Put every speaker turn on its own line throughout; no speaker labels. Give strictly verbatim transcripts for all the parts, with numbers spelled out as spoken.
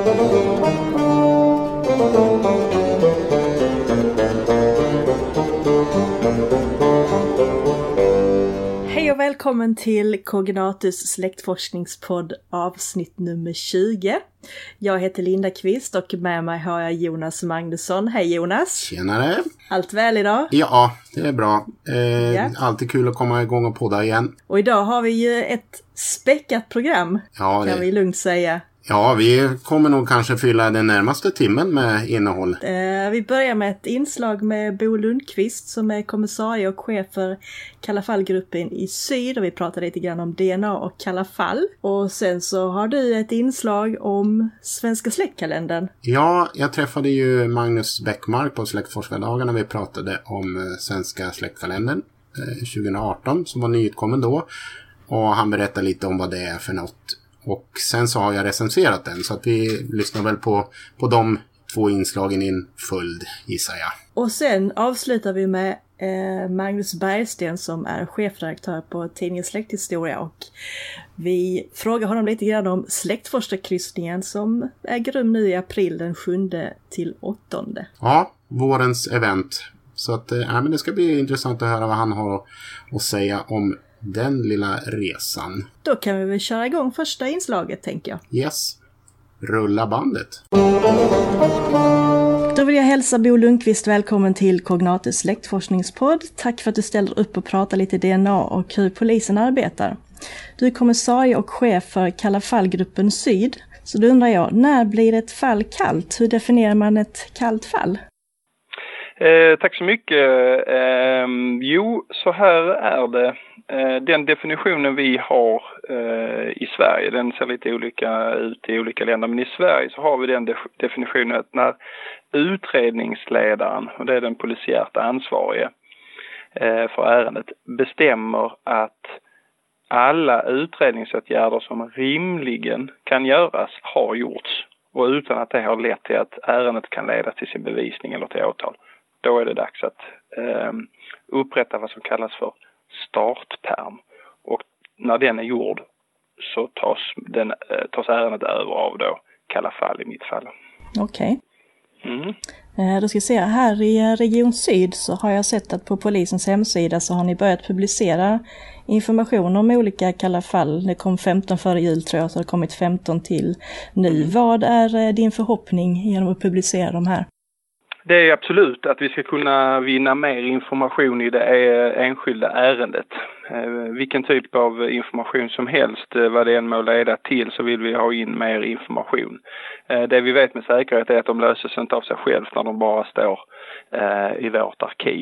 Hej och välkommen till Cognatus släktforskningspodd avsnitt nummer tjugo. Jag heter Linda Kvist och med mig har jag Jonas Magnusson. Hej Jonas!
Tjenare!
Allt väl idag?
Ja, det är bra. Eh,
ja.
Alltid kul att komma igång och podda igen. Och
idag har vi ju ett späckat program, ja, kan det... vi lugnt säga.
Ja, vi kommer nog kanske fylla den närmaste timmen med innehåll.
Eh, vi börjar med ett inslag med Bo Lundqvist som är kommissarie och chef för Kalla fall-gruppen i Syd. Och vi pratar lite grann om D N A och Kalla fall. Och sen så har du ett inslag om Svenska släktkalendern.
Ja, jag träffade ju Magnus Bäckmark på Släktforskardagarna. Vi pratade om Svenska släktkalendern eh, tjugo arton som var nyutkommen då. Och han berättade lite om vad det är för något. Och sen så har jag recenserat den, så att vi lyssnar väl på, på de två inslagen i en följd, gissar jag.
Och sen avslutar vi med eh, Magnus Bergsten som är chefredaktör på tidningen Släkthistoria. Och vi frågar honom lite grann om släktforskarkryssningen som äger rum nu i april den sjunde till åttonde.
Ja, vårens event. Så att, äh, men det ska bli intressant att höra vad han har att säga om den lilla resan.
Då kan vi väl köra igång första inslaget, tänker jag.
Yes. Rulla bandet.
Då vill jag hälsa Bo Lundqvist välkommen till Cognatus släktforskningspodd. Tack för att du ställer upp och pratar lite D N A och hur polisen arbetar. Du är kommissarie och chef för Kalla fall-gruppen Syd. Så då undrar jag, när blir ett fall kallt? Hur definierar man ett kallt fall?
Eh, tack så mycket. Eh, jo, så här är det. Eh, den definitionen vi har eh, i Sverige, den ser lite olika ut i olika länder. Men i Sverige så har vi den de- definitionen att när utredningsledaren, och det är den polisiärt ansvarige eh, för ärendet, bestämmer att alla utredningsåtgärder som rimligen kan göras har gjorts. Och utan att det har lett till att ärendet kan leda till sin bevisning eller till åtal. Då är det dags att eh, upprätta vad som kallas för startperm. Och när den är gjord så tas, den, eh, tas ärendet över av då Kalla fall i mitt fall.
Okej.
Okay. Mm.
Eh, då ska jag se, här i Region Syd så har jag sett att på polisens hemsida så har ni börjat publicera information om olika kalla fall. Det kom femton före jul tror jag, så har det kommit femton till nu. Vad är din förhoppning genom att publicera de här?
Det är absolut att vi ska kunna vinna mer information i det enskilda ärendet. Vilken typ av information som helst, vad det än må leda till, så vill vi ha in mer information. Det vi vet med säkerhet är att de löses inte av sig själv när de bara står i vårt arkiv.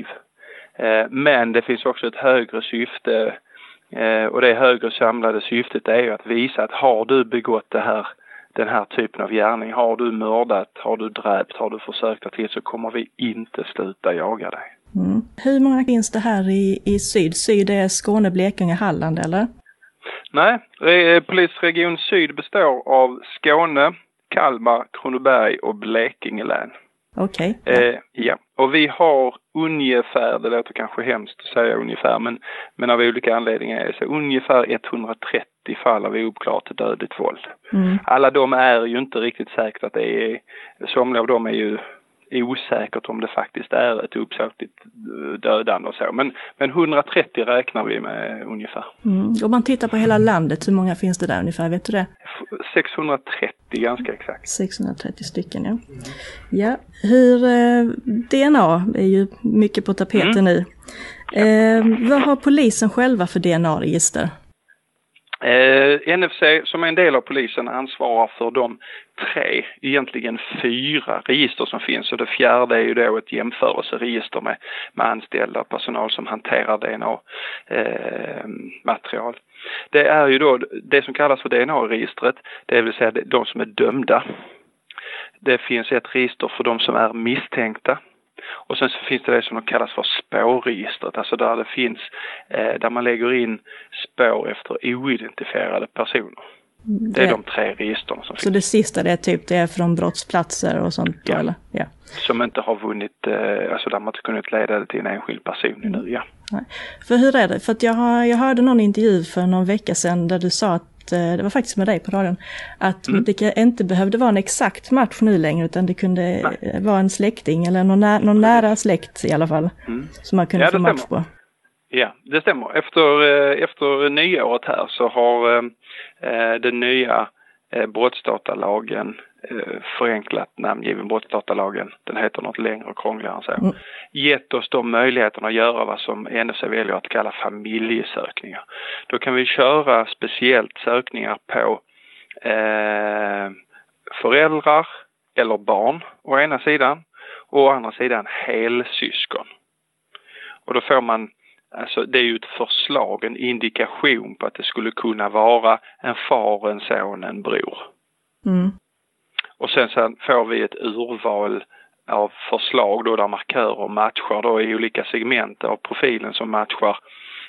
Men det finns också ett högre syfte, och det högre samlade syftet är ju att visa att har du begått det här, den här typen av gärning, har du mördat, har du dräpt, har du försökt att till, så kommer vi inte sluta jaga dig.
Mm. Hur många finns det här i, i Syd? Syd är Skåne, Blekinge, Halland eller?
Nej, polisregion Syd består av Skåne, Kalmar, Kronoberg och Blekinge län.
Okej. Okay.
Eh, ja, och vi har ungefär, det låter kanske hemskt att säga ungefär, men, men av olika anledningar är det så ungefär etthundratrettio fall av oklart dödligt våld. Mm. Alla de är ju inte riktigt säkert att det är, somliga av dem är ju osäkert om det faktiskt är ett uppsåtligt dödande och så. Men, men etthundratrettio räknar vi med ungefär.
Mm. Om man tittar på hela landet, hur många finns det där ungefär? Vet du det?
sexhundratrettio ganska exakt.
sexhundratrettio stycken, ja. Ja, hur eh, D N A är ju mycket på tapeten mm. nu. Eh, vad har polisen själva för D N A-register?
Eh, N F C som är en del av polisen ansvarar för de tre, egentligen fyra register som finns, och det fjärde är ju då ett jämförelseregister med, med anställda och personal som hanterar D N A-material. Eh, det är ju då det som kallas för D N A-registret, det vill säga de som är dömda. Det finns ett register för de som är misstänkta. Och sen så finns det det som kallas för spårregistret, alltså där det finns, eh, där man lägger in spår efter oidentifierade personer. Det är det, de tre registerna som
så finns.
Så
det sista det är typ det är från brottsplatser och sånt?
Ja.
Eller? Ja.
Som inte har vunnit, eh, alltså där man inte kunnat leda det till en enskild person mm. nu, ja.
Nej. För hur är det? För att jag, har, jag hörde någon intervju för någon vecka sedan där du sa att att, det var faktiskt med dig på radion, att
Mm.
det inte behövde vara en exakt match nu längre, utan det kunde
Nej.
vara en släkting eller någon, nä- någon nära släkt i alla fall,
Mm.
som man kunde
Ja,
få
det
match
stämmer.
på.
Ja, det stämmer. Efter, eh, efter nyåret här så har eh, den nya eh, brottsdatalagen eh, förenklat namngiven brottsdatalagen. Den heter något längre och krångligare än så.
Mm.
Gett oss de möjligheterna att göra vad som N S A väljer att kalla familjesökningar. Då kan vi köra speciellt sökningar på eh, föräldrar eller barn å ena sidan och å andra sidan helsyskon. Och då får man, alltså det är ju ett förslag, en indikation på att det skulle kunna vara en far, en son, en bror.
Mm.
Och sen så får vi ett urval av förslag då där markörer matchar då i olika segment av profilen som matchar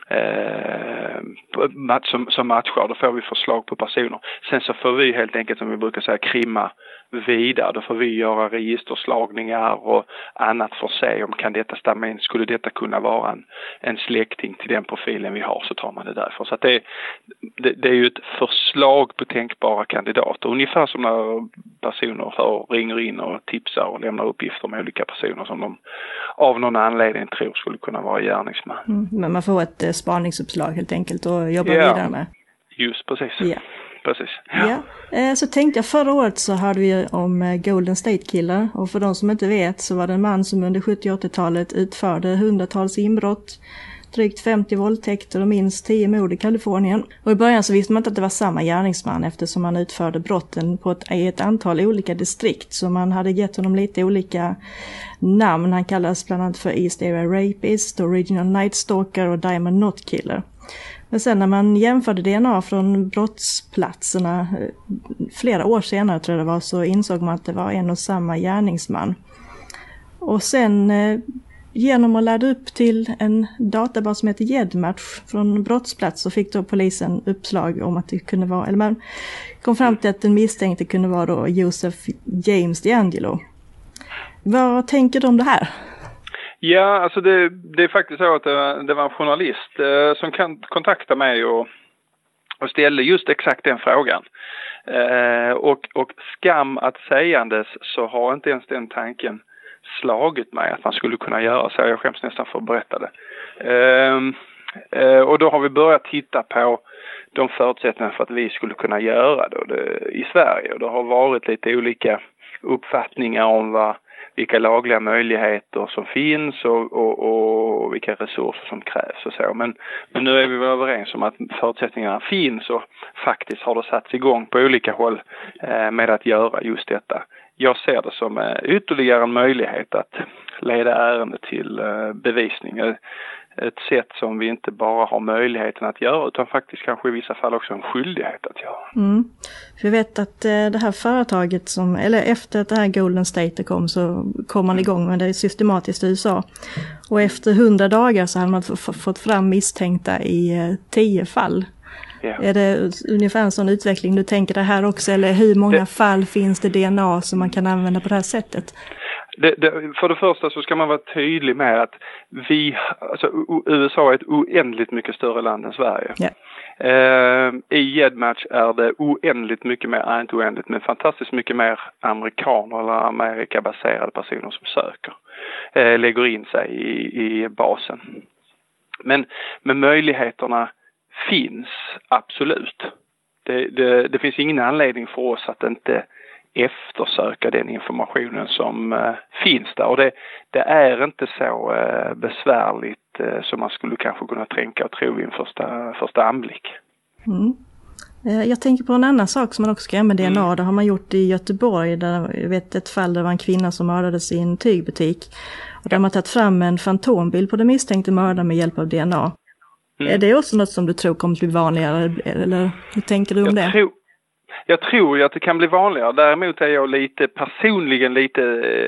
eh, som, som matchar. Då får vi förslag på personer. Sen så får vi helt enkelt, som vi brukar säga, krimma vidare. Då får vi göra registerslagningar och annat för att se om kan detta stämma in. Skulle detta kunna vara en, en släkting till den profilen vi har, så tar man det därför. Så att det, det, det är ju ett förslag på tänkbara kandidater. Ungefär som när personer hör, ringer in och tipsar och lämnar uppgifter om olika personer som de av någon anledning tror skulle kunna vara gärningsman.
Mm. Men man får ett eh, spaningsuppslag helt enkelt och jobbar
Ja.
vidare med.
Just precis.
Ja.
Precis.
Ja. Eh, så tänkte jag, förra året så hörde vi om eh, Golden State-killar, och för de som inte vet så var det en man som under sjuttio- och åttiotalet utförde hundratals inbrott, drygt femtio våldtäkter och minst tio mord i Kalifornien. Och i början så visste man inte att det var samma gärningsman, eftersom han utförde brotten på ett, i ett antal olika distrikt, så man hade gett honom lite olika namn. Han kallas bland annat för East Area Rapist, Original Night Stalker och Diamond Knot Killer. Men sen när man jämförde D N A från brottsplatserna flera år senare, tror jag det var, så insåg man att det var en och samma gärningsman. Och sen eh, genom att ladda upp till en databas som heter Gedmatch från brottsplats, så fick då polisen uppslag om att det kunde vara, eller man kom fram till att den misstänkte kunde vara då Joseph James DeAngelo. Vad tänker du om det här?
Ja, alltså det, det är faktiskt så att det, det var en journalist eh, som kan kontakta mig och, och ställde just exakt den frågan. Eh, och, och skam att sägandes så har inte ens den tanken slagit mig att man skulle kunna göra så. Jag skäms nästan för att berätta det. Eh, eh, och då har vi börjat titta på de förutsättningar för att vi skulle kunna göra det, det i Sverige. Och det har varit lite olika uppfattningar om vad vilka lagliga möjligheter som finns och, och, och vilka resurser som krävs och så. Men, men nu är vi väl överens om att förutsättningarna finns och faktiskt har det satts igång på olika håll eh, med att göra just detta. Jag ser det som eh, ytterligare en möjlighet att leda ärendet till eh, bevisning. Ett sätt som vi inte bara har möjligheten att göra, utan faktiskt kanske i vissa fall också en skyldighet att göra.
Mm. För jag vet att eh, det här företaget som, eller efter att det här Golden State kom, så kom man igång med det systematiskt i U S A. Och efter hundra dagar så hade man f- fått fram misstänkta i eh, tio fall. Yeah. Är det ungefär en sån utveckling du tänker det här också, eller hur många det... fall finns det D N A som man kan använda på det här sättet?
Det, det, för det första så ska man vara tydlig med att vi, alltså U S A är ett oändligt mycket större land än Sverige.
Yeah.
Eh, I Gedmatch är det oändligt mycket mer, äh, inte oändligt, men fantastiskt mycket mer amerikaner eller Amerikabaserade personer som söker. Eh, lägger in sig i, i basen. Men, men möjligheterna finns absolut. Det, det, det finns ingen anledning för oss att inte eftersöka den informationen som uh, finns där. Och det, det är inte så uh, besvärligt uh, som man skulle kanske kunna tänka och tro i en första, första anblick.
Mm. Jag tänker på en annan sak som man också ska göra med D N A. Mm. Det har man gjort i Göteborg. Där, jag vet ett fall där det var en kvinna som mördades i en tygbutik. Och där har man tagit fram en fantombild på den misstänkte mördaren med hjälp av D N A. Mm. Är det också något som du tror kommer att bli vanligare? Eller hur tänker du om
jag
det?
Tror, jag tror ju att det kan bli vanligare. Däremot är jag lite personligen lite,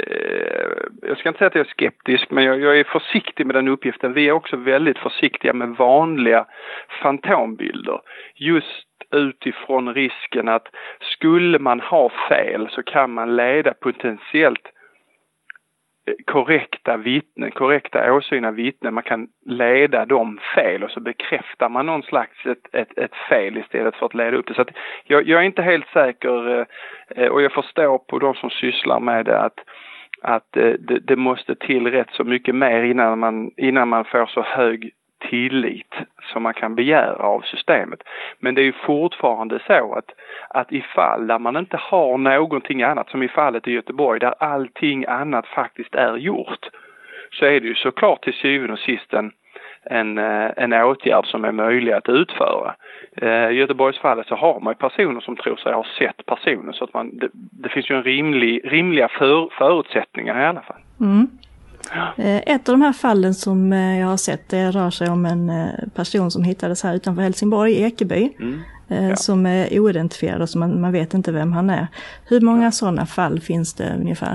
eh, jag ska inte säga att jag är skeptisk, men jag, jag är försiktig med den uppgiften. Vi är också väldigt försiktiga med vanliga fantombilder. Just utifrån risken att skulle man ha fel så kan man leda potentiellt korrekta vittnen, korrekta åsyna vittnen. Man kan leda dem fel och så bekräftar man någon slags ett, ett, ett fel istället för att leda upp det. Så att jag, jag är inte helt säker eh, och jag förstår på de som sysslar med det att, att eh, det, det måste till rätt så mycket mer innan man, innan man får så hög tillit som man kan begära av systemet. Men det är ju fortfarande så att, att i fall där man inte har någonting annat, som i fallet i Göteborg där allting annat faktiskt är gjort, så är det ju såklart till syvende och sist en, en, en åtgärd som är möjlig att utföra. I Göteborgsfallet så har man personer som tror sig ha sett personer, så att man, det, det finns ju en rimlig, rimliga för, förutsättningar i alla fall.
Mm. Ett av de här fallen som jag har sett, det rör sig om en person som hittades här utanför Helsingborg, i Ekeby, mm, ja. som är oidentifierad och som man, man vet inte vem han är. Hur många ja. sådana fall finns det ungefär?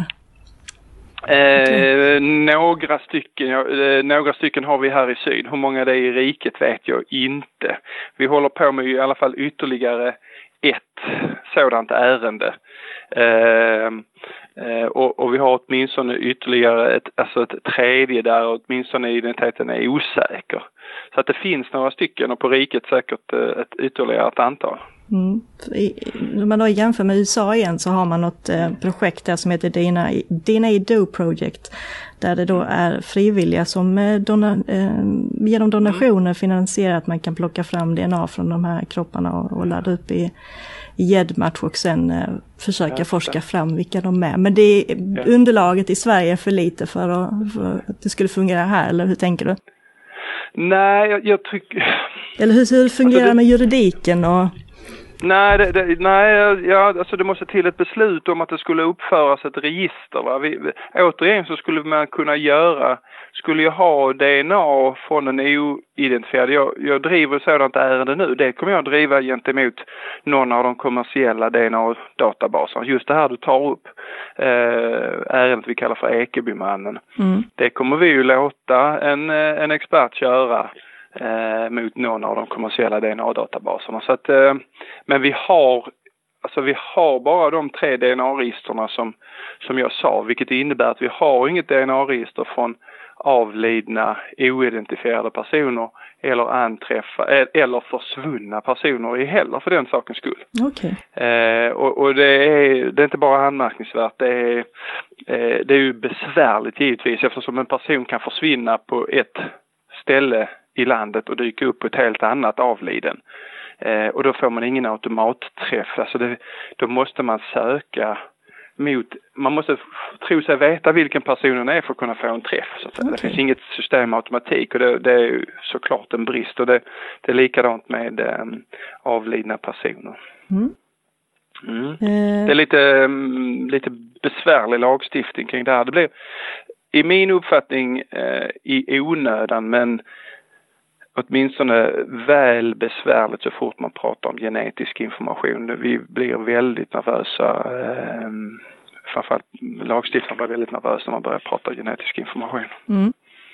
Eh, några stycken ja, eh, några stycken har vi här i syd. Hur många det är i riket vet jag inte. Vi håller på med i alla fall ytterligare ett sådant ärende. Eh, eh, och, och vi har åtminstone ytterligare ett, alltså ett tredje där åtminstone identiteten är osäker. Så att det finns några stycken och på riket säkert ett, ytterligare ett antal.
Mm. Om man då jämför med U S A igen så har man något eh, projekt där som heter D N A, D N A Do Project, där det då är frivilliga som eh, dona, eh, genom donationer finansierar att man kan plocka fram D N A från de här kropparna och, och ladda upp i Gedmatch och sen eh, försöka ja, forska fram vilka de är. Men det är, ja. underlaget i Sverige är för lite för att, för att det skulle fungera här, eller hur tänker du?
Nej, jag, jag tycker...
Eller hur, hur fungerar alltså det med juridiken och...
Nej, det, det, nej ja, alltså det måste till ett beslut om att det skulle uppföras ett register. Va? Vi, vi, återigen så skulle man kunna göra, skulle jag ha D N A från en oidentifierad, jag, jag driver sådant ärende nu, det kommer jag driva gentemot någon av de kommersiella D N A-databaserna. Just det här du tar upp, eh, ärendet vi kallar för Ekebymannen. Mm. Det kommer vi ju låta en, en expert köra. Eh, mot någon av de kommersiella D N A-databaserna. Så att, eh, men vi har, alltså vi har bara de tre D N A-registerna som, som jag sa, vilket innebär att vi har inget D N A-register från avlidna oidentifierade personer eller anträffa eller försvunna personer i heller för den sakens skull.
Okay.
Eh, och och det, är, det är inte bara anmärkningsvärt, det är, eh, det är ju besvärligt givetvis, eftersom en person kan försvinna på ett ställe i landet och dyka upp på ett helt annat avliden. Eh, och då får man ingen automatträff. Alltså det, då måste man söka mot, man måste tro sig veta vilken personen är för att kunna få en träff. Så att okay. Det finns inget system automatik och det, det är ju såklart en brist. Och det, det är likadant med eh, avlidna personer. Mm. Mm. Eh. Det är lite, lite besvärlig lagstiftning kring det här. Det blir i min uppfattning eh, i onödan, men åtminstone väl besvärligt så fort man pratar om genetisk information. Vi blir väldigt nervösa, eh, framförallt lagstiftaren blir väldigt nervösa när man börjar prata genetisk information.
Mm.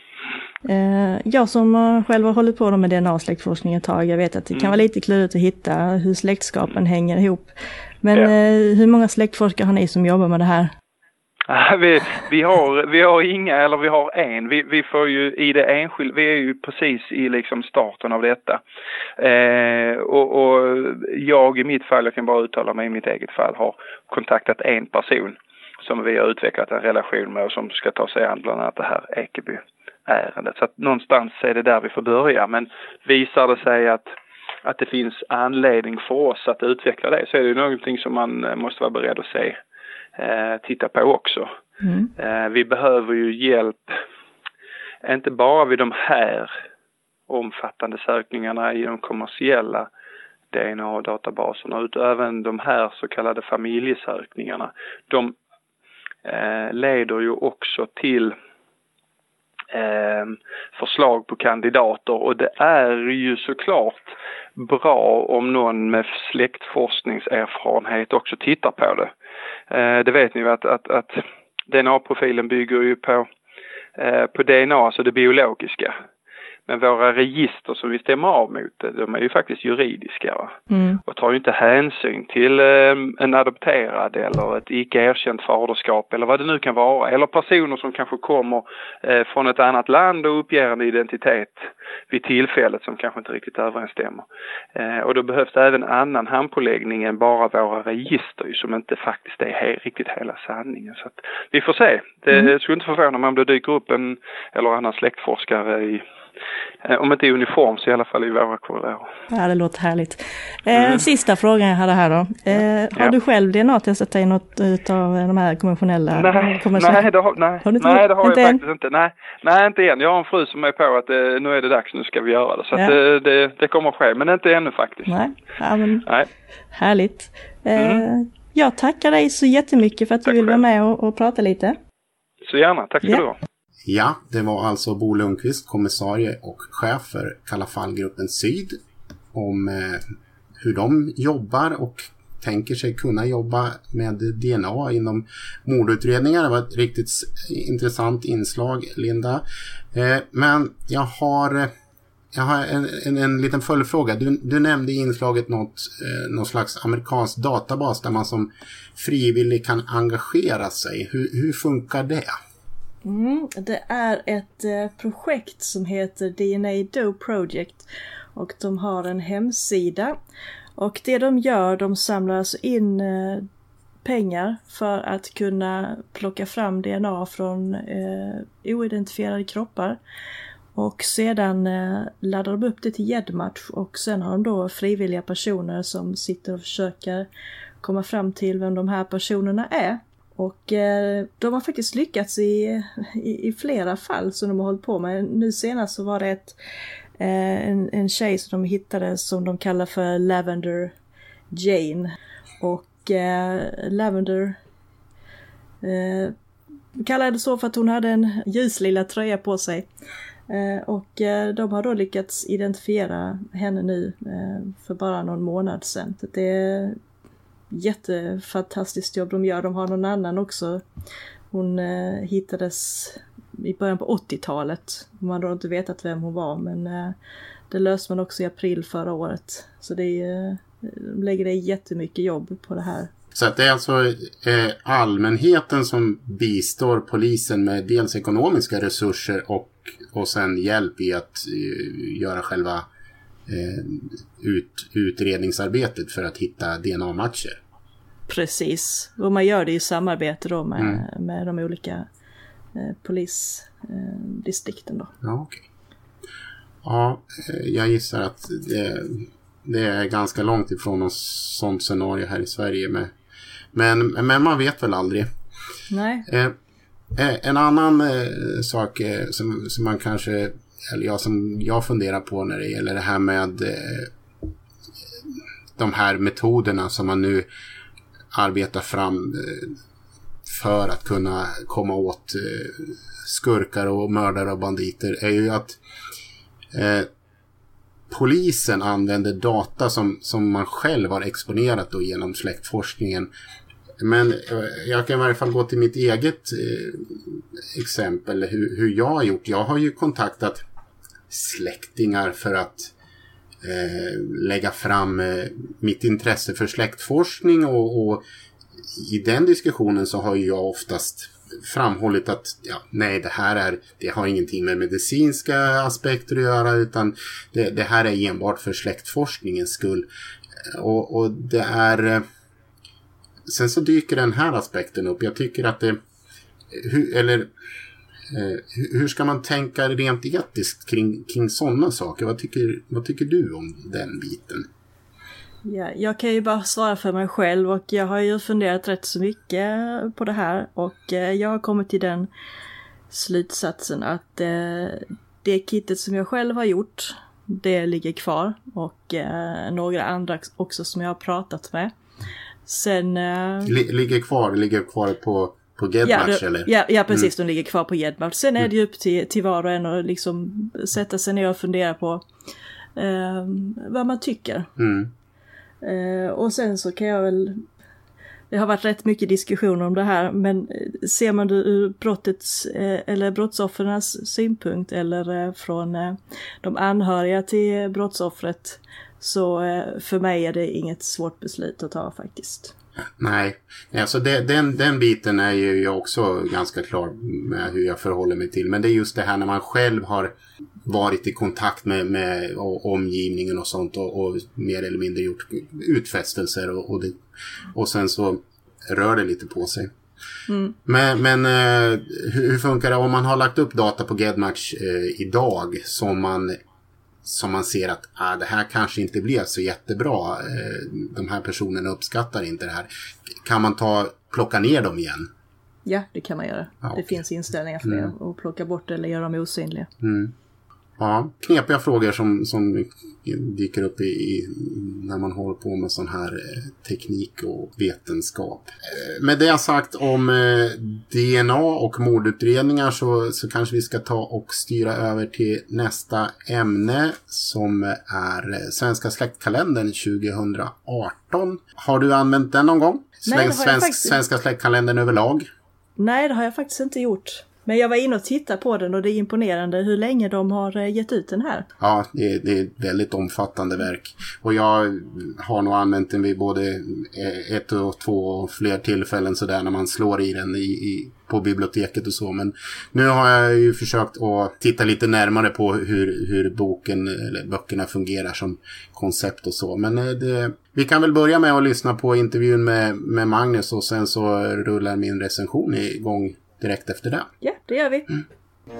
Eh, jag som själv har hållit på med D N A-släktforskning ett tag, jag vet att det kan mm. vara lite klurigt att hitta hur släktskapen hänger ihop. Men ja. eh, hur många släktforskare har ni som jobbar med det här?
Vi, vi, har, vi har inga, eller vi har en. Vi, vi får ju i det enskilda, vi är ju precis i liksom starten av detta. Eh, och, och jag i mitt fall, jag kan bara uttala mig i mitt eget fall, har kontaktat en person som vi har utvecklat en relation med och som ska ta sig an bland annat det här Ekeby-ärendet. Så att någonstans är det där vi får börja. Men visar det sig att, att det finns anledning för oss att utveckla det, så är det någonting som man måste vara beredd att se. Eh, titta på också. Mm. Eh, vi behöver ju hjälp, inte bara vid de här omfattande sökningarna i de kommersiella D N A-databaserna, utan även de här så kallade familjesökningarna. De eh, leder ju också till eh, förslag på kandidater, och det är ju såklart bra om någon med släktforskningserfarenhet också tittar på det. Eh, det vet ni ju att, att, att D N A-profilen bygger ju på, eh, på D N A, alltså det biologiska. Men våra register som vi stämmer av mot, de är ju faktiskt juridiska, va?
Mm.
Och tar ju inte hänsyn till eh, en adopterad eller ett icke erkänt faderskap eller vad det nu kan vara. Eller personer som kanske kommer eh, från ett annat land och uppger en identitet vid tillfället som kanske inte riktigt överensstämmer. Eh, och då behövs det även annan handpåläggning än bara våra register ju, som inte faktiskt är he- riktigt hela sanningen. Så att vi får se. Det mm. skulle inte förvåna mig om det dyker upp en eller annan släktforskare i, om inte i uniform så i alla fall i våra korridorer. Ja,
det låter härligt. Eh, mm. Sista frågan jag hade här då. Eh, har ja. du själv D N A-testat dig något av de här konventionella?
Nej, konventionella? nej, det har, nej. Har nej, det har inte jag än? faktiskt inte. Nej, nej, inte än. Jag har en fru som är på att eh, nu är det dags, nu ska vi göra det. Så ja. att, eh, det, det kommer att ske, men inte ännu faktiskt. Nej, ja, men nej. Härligt.
Eh, mm. Jag tackar dig så jättemycket för att Tack du vill vara med och, och prata lite.
Så gärna, tack ska ja. du ha.
Ja, det var alltså Bo Lundqvist, kommissarie och chef för Kalla fall-gruppen Syd, om eh, hur de jobbar och tänker sig kunna jobba med D N A inom mordutredningar. Det var ett riktigt intressant inslag, Linda. Eh, men jag har, jag har en, en, en liten följdfråga. Du, du nämnde i inslaget något, eh, någon slags amerikansk databas där man som frivillig kan engagera sig. Hur, hur funkar det?
Mm, det är ett eh, projekt som heter D N A Do Project och de har en hemsida och det de gör, de samlar alltså in eh, pengar för att kunna plocka fram D N A från eh, oidentifierade kroppar och sedan eh, laddar de upp det till Gedmatch och sen har de då frivilliga personer som sitter och försöker komma fram till vem de här personerna är. Och eh, de har faktiskt lyckats i, i, i flera fall som de har hållit på med. Nu senast så var det ett, eh, en, en tjej som de hittade som de kallar för Lavender Jane. Och eh, Lavender eh, kallade det så för att hon hade en ljuslila tröja på sig. Eh, och eh, de har då lyckats identifiera henne nu eh, för bara någon månad sedan. Det är jättefantastiskt jobb de gör. De har någon annan också. Hon eh, hittades i början på åttiotalet. Man har då inte vetat vem hon var, men eh, det löste man också i april förra året. Så det är, de lägger det jättemycket jobb på det här.
Så att det är alltså eh, allmänheten som bistår polisen med dels ekonomiska resurser och, och sen hjälp i att eh, göra själva eh, ut, utredningsarbetet för att hitta D N A-matcher.
Precis, och man gör det i samarbete då med, mm. med de olika eh, polisdistrikten då.
Ja, okej. Ja, jag gissar att det, det är ganska långt ifrån något sånt scenario här i Sverige med. Men, men man vet väl aldrig.
Nej.
Eh, en annan eh, sak eh, som, som man kanske, eller jag, som jag funderar på när det gäller det här med eh, de här metoderna som man nu arbetar fram eh, för att kunna komma åt eh, skurkar och mördare och banditer, är ju att eh, polisen använder data som, som man själv har exponerat då genom släktforskningen. Men jag kan i varje fall gå till mitt eget eh, exempel hur, hur jag har gjort. Jag har ju kontaktat släktingar för att eh, lägga fram eh, mitt intresse för släktforskning och, och i den diskussionen så har jag oftast framhållit att ja, nej, det här är, det har ingenting med medicinska aspekter att göra, utan det, det här är enbart för släktforskningens skull. Och, och det är sen så dyker den här aspekten upp. Jag tycker att det hur, eller eh, hur ska man tänka rent etiskt kring, kring sådana saker? Vad tycker, vad tycker du om den biten?
Ja, jag kan ju bara svara för mig själv och jag har ju funderat rätt så mycket på det här och eh, jag har kommit till den slutsatsen att eh, det kittet som jag själv har gjort, det ligger kvar och eh, några andra också som jag har pratat med. Sen eh,
L- ligger kvar, ligger kvar på på Gedmatch
ja,
eller?
Ja, ja precis, mm. de ligger kvar på Gedmatch. Sen är det ju upp till, till var och en och liksom sätta sig ner och fundera på eh, vad man tycker.
Mm.
Uh, och sen så kan jag väl Det har varit rätt mycket diskussion om det här, men ser man det ur brottets eller brottsoffrens synpunkt eller från de anhöriga till brottsoffret, så för mig är det inget svårt beslut att ta faktiskt.
Nej, alltså det, den, den biten är ju jag också ganska klar med hur jag förhåller mig till. Men det är just det här när man själv har varit i kontakt med, med omgivningen och sånt och, och mer eller mindre gjort utfästelser och, och, det, och sen så rör det lite på sig. Mm. Men, men eh, hur, hur funkar det om man har lagt upp data på GEDmatch eh, idag som man som man ser att ah, det här kanske inte blev så jättebra, eh, de här personerna uppskattar inte det här. Kan man ta plocka ner dem igen?
Ja, det kan man göra. Ja, det okay. finns inställningar för mm. det, att plocka bort eller göra dem osynliga.
Mm. Ja, knepiga frågor som, som dyker upp i, i, när man håller på med sån här eh, teknik och vetenskap. Eh, med det sagt om eh, D N A och mordutredningar så, så kanske vi ska ta och styra över till nästa ämne som är eh, Svenska släktkalendern tjugo arton. Har du använt den någon gång?
Nej,
Svensk, faktiskt... Svenska släktkalendern överlag?
Nej, det har jag faktiskt inte gjort. Men jag var inne och tittade på den och det är imponerande hur länge de har gett ut den här.
Ja, det är, det är ett väldigt omfattande verk. Och jag har nog använt den vid både ett och två och fler tillfällen sådär när man slår i den i, i, på biblioteket och så. Men nu har jag ju försökt att titta lite närmare på hur, hur boken eller böckerna fungerar som koncept och så. Men det, vi kan väl börja med att lyssna på intervjun med, med Magnus och sen så rullar min recension igång direkt efter det.
Ja, det gör vi. Mm.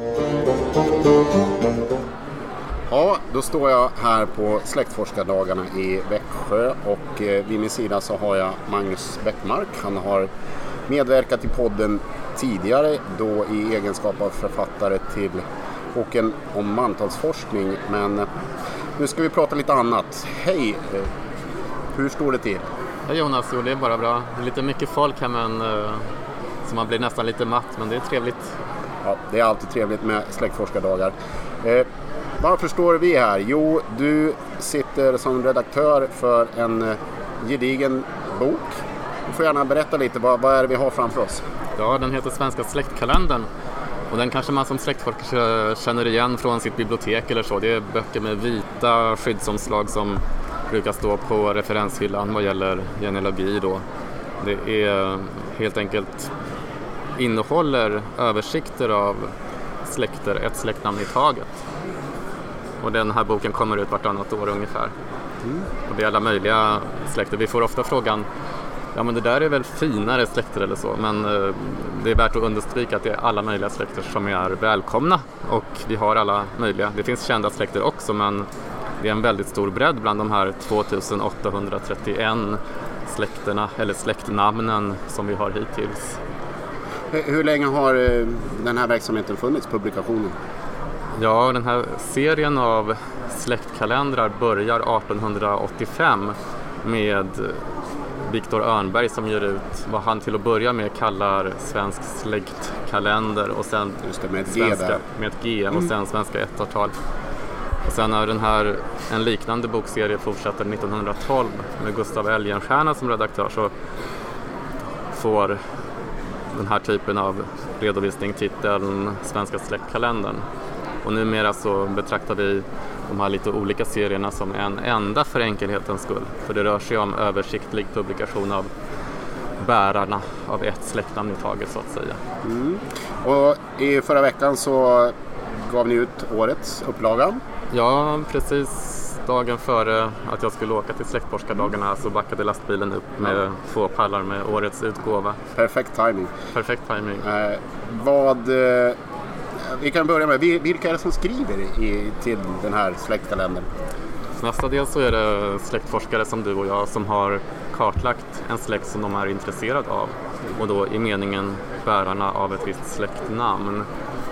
Ja, då står jag här på släktforskardagarna i Växjö och eh, vid min sida så har jag Magnus Bäckmark. Han har medverkat i podden tidigare då i egenskap av författare till boken om mantalsforskning. Men eh, nu ska vi prata lite annat. Hej, eh, hur står det till?
Hej Jonas, jo, det är bara bra. Det är lite mycket folk här men... Eh... Så man blir nästan lite matt, men det är trevligt.
Ja, det är alltid trevligt med släktforskardagar. Eh, varför står vi här? Jo, du sitter som redaktör för en eh, gedigen bok. Du får gärna berätta lite, vad, vad är det vi har framför oss?
Ja, den heter Svenska släktkalendern. Och den kanske man som släktforskare känner igen från sitt bibliotek eller så. Det är böcker med vita skyddsomslag som brukar stå på referenshyllan vad gäller genealogi då. Det är helt enkelt innehåller översikter av släkter, ett släktnamn i taget. Och den här boken kommer ut vartannat år ungefär. Mm. Och det är alla möjliga släkter. Vi får ofta frågan, ja men det där är väl finare släkter eller så. Men eh, det är värt att understryka att det är alla möjliga släkter som är välkomna. Och vi har alla möjliga, det finns kända släkter också men det är en väldigt stor bredd bland de här tvåtusen åttahundratrettioen släkterna eller släktnamnen som vi har hittills.
Hur länge har den här verksamheten funnits, publikationen?
Ja, den här serien av släktkalendrar börjar artonhundraåttiofem med Viktor Örnberg som ger ut vad han till att börja med kallar Svensk släktkalender och sen
Just det, med ett
svenska,
G
med ett G och sen Svenska ettartal. Och sen har den här, en liknande bokserie fortsätter nittonhundratolv med Gustav Elgenstierna som redaktör, så får den här typen av redovisning titeln Svenska släktkalendern. Och numera så betraktar vi de här lite olika serierna som en enda för enkelhetens skull. För det rör sig om översiktlig publikation av bärarna av ett släktnamn i taget så att säga.
Mm. Och i förra veckan så gav ni ut årets upplaga.
Ja, precis dagen före att jag skulle åka till släktforskardagarna så backade lastbilen upp med ja. två pallar med årets utgåva.
Perfekt timing.
Perfekt timing.
Eh, vad... Eh, vi kan börja med, vilka är det som skriver i, till den här släktkalendern?
Mestadels så är det släktforskare som du och jag som har kartlagt en släkt som de är intresserade av. Och då i meningen bärarna av ett visst släktnamn.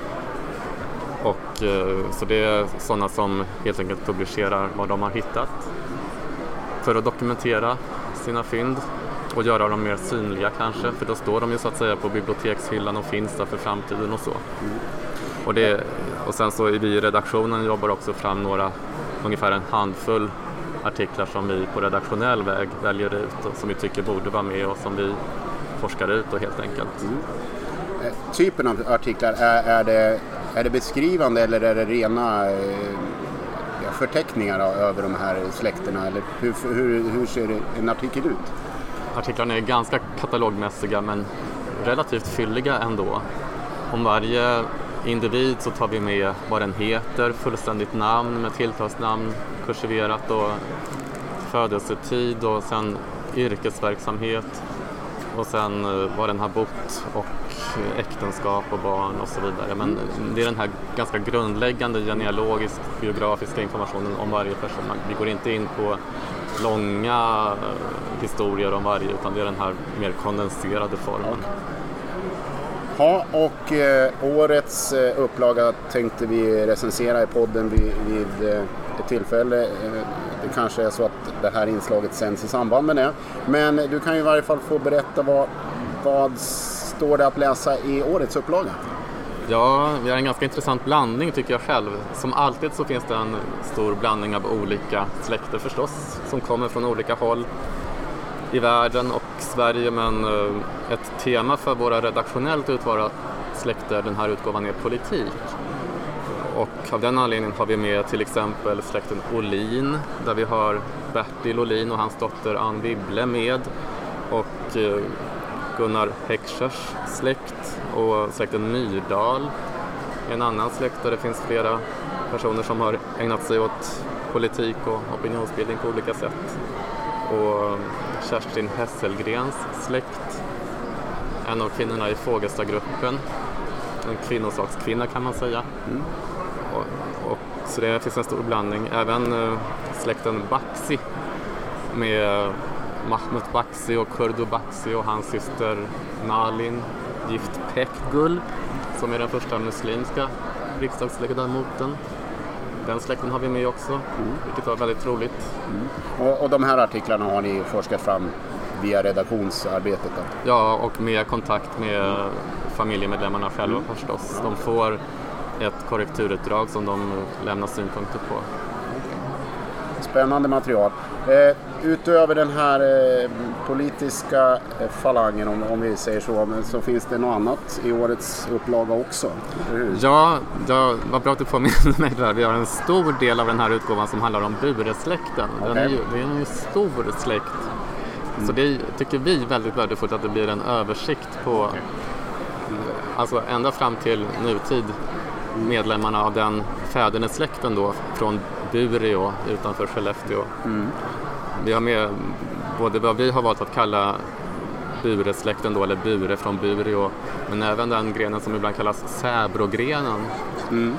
Och så det är sådana som helt enkelt publicerar vad de har hittat för att dokumentera sina fynd och göra dem mer synliga kanske, för då står de ju så att säga på bibliotekshyllan och finns där för framtiden och så. Mm. Och, det, och sen så är vi i redaktionen jobbar också fram några, ungefär en handfull artiklar som vi på redaktionell väg väljer ut och som vi tycker borde vara med och som vi forskar ut och helt enkelt.
Mm. Typen av artiklar, är, är, det, är det beskrivande eller är det rena eh, ja, förteckningar över de här släkterna? Eller hur, hur, hur ser en artikel ut?
Artiklarna är ganska katalogmässiga men relativt fylliga ändå. Om varje individ så tar vi med vad den heter, fullständigt namn med tilltalsnamn kursiverat och födelsetid och sen yrkesverksamhet och sen var den har bott och äktenskap och barn och så vidare. Men det är den här ganska grundläggande genealogisk biografiska informationen om varje person. Vi går inte in på långa historier om varje utan det är den här mer kondenserade formen.
Ja, och eh, årets eh, upplaga tänkte vi recensera i podden vid, vid eh, ett tillfälle. Eh, det kanske är så att det här inslaget sänds i samband med det. Men du kan ju i varje fall få berätta vad, vad står det att läsa i årets upplaga?
Ja, vi har en ganska intressant blandning tycker jag själv. Som alltid så finns det en stor blandning av olika släkter förstås som kommer från olika håll i världen och Sverige, men ett tema för våra redaktionellt utvalda släkter den här utgåvan är politik. Och av den anledningen har vi med till exempel släkten Olin där vi har Bertil Olin och hans dotter Ann Wibble med och Gunnar Heckschers släkt och släkten Myrdal. En annan släkt där det finns flera personer som har ägnat sig åt politik och opinionsbildning på olika sätt. Och Kerstin Hesselgrens släkt, en av kvinnorna i Fågelstagruppen, en kvinnosakskvinna kan man säga. Mm. Och, och, så det finns en stor blandning. Även uh, släkten Baxi med Mahmoud Baxi och Kurdo Baxi och hans syster Nalin gift Pekgul som är den första muslimska riksdagsledamoten. Den släkten har vi med också, mm. vilket var väldigt roligt.
Mm. Och, och de här artiklarna har ni forskat fram via redaktionsarbetet då?
Ja, och med kontakt med familjemedlemmarna själva mm. förstås. De får ett korrekturutdrag som de lämnar synpunkter på.
Spännande material. Eh, utöver den här eh, politiska eh, falangen, om, om vi säger så, men så finns det något annat i årets upplaga också.
Ja, det var bra att du påminner mig där. Vi har en stor del av den här utgåvan som handlar om Bure-släkten. Den
okay.
är ju, det är en stor släkt. Mm. Så det tycker vi är väldigt värdefullt att det blir en översikt på okay. alltså ända fram till nutid medlemmarna av den fädernesläkten då från Bureå utanför Skellefteå. Mm. Vi har med både vad vi har valt att kalla Bure-släkten då, eller Bure från Bureå, men även den grenen som ibland kallas Säbrogrenen. Mm.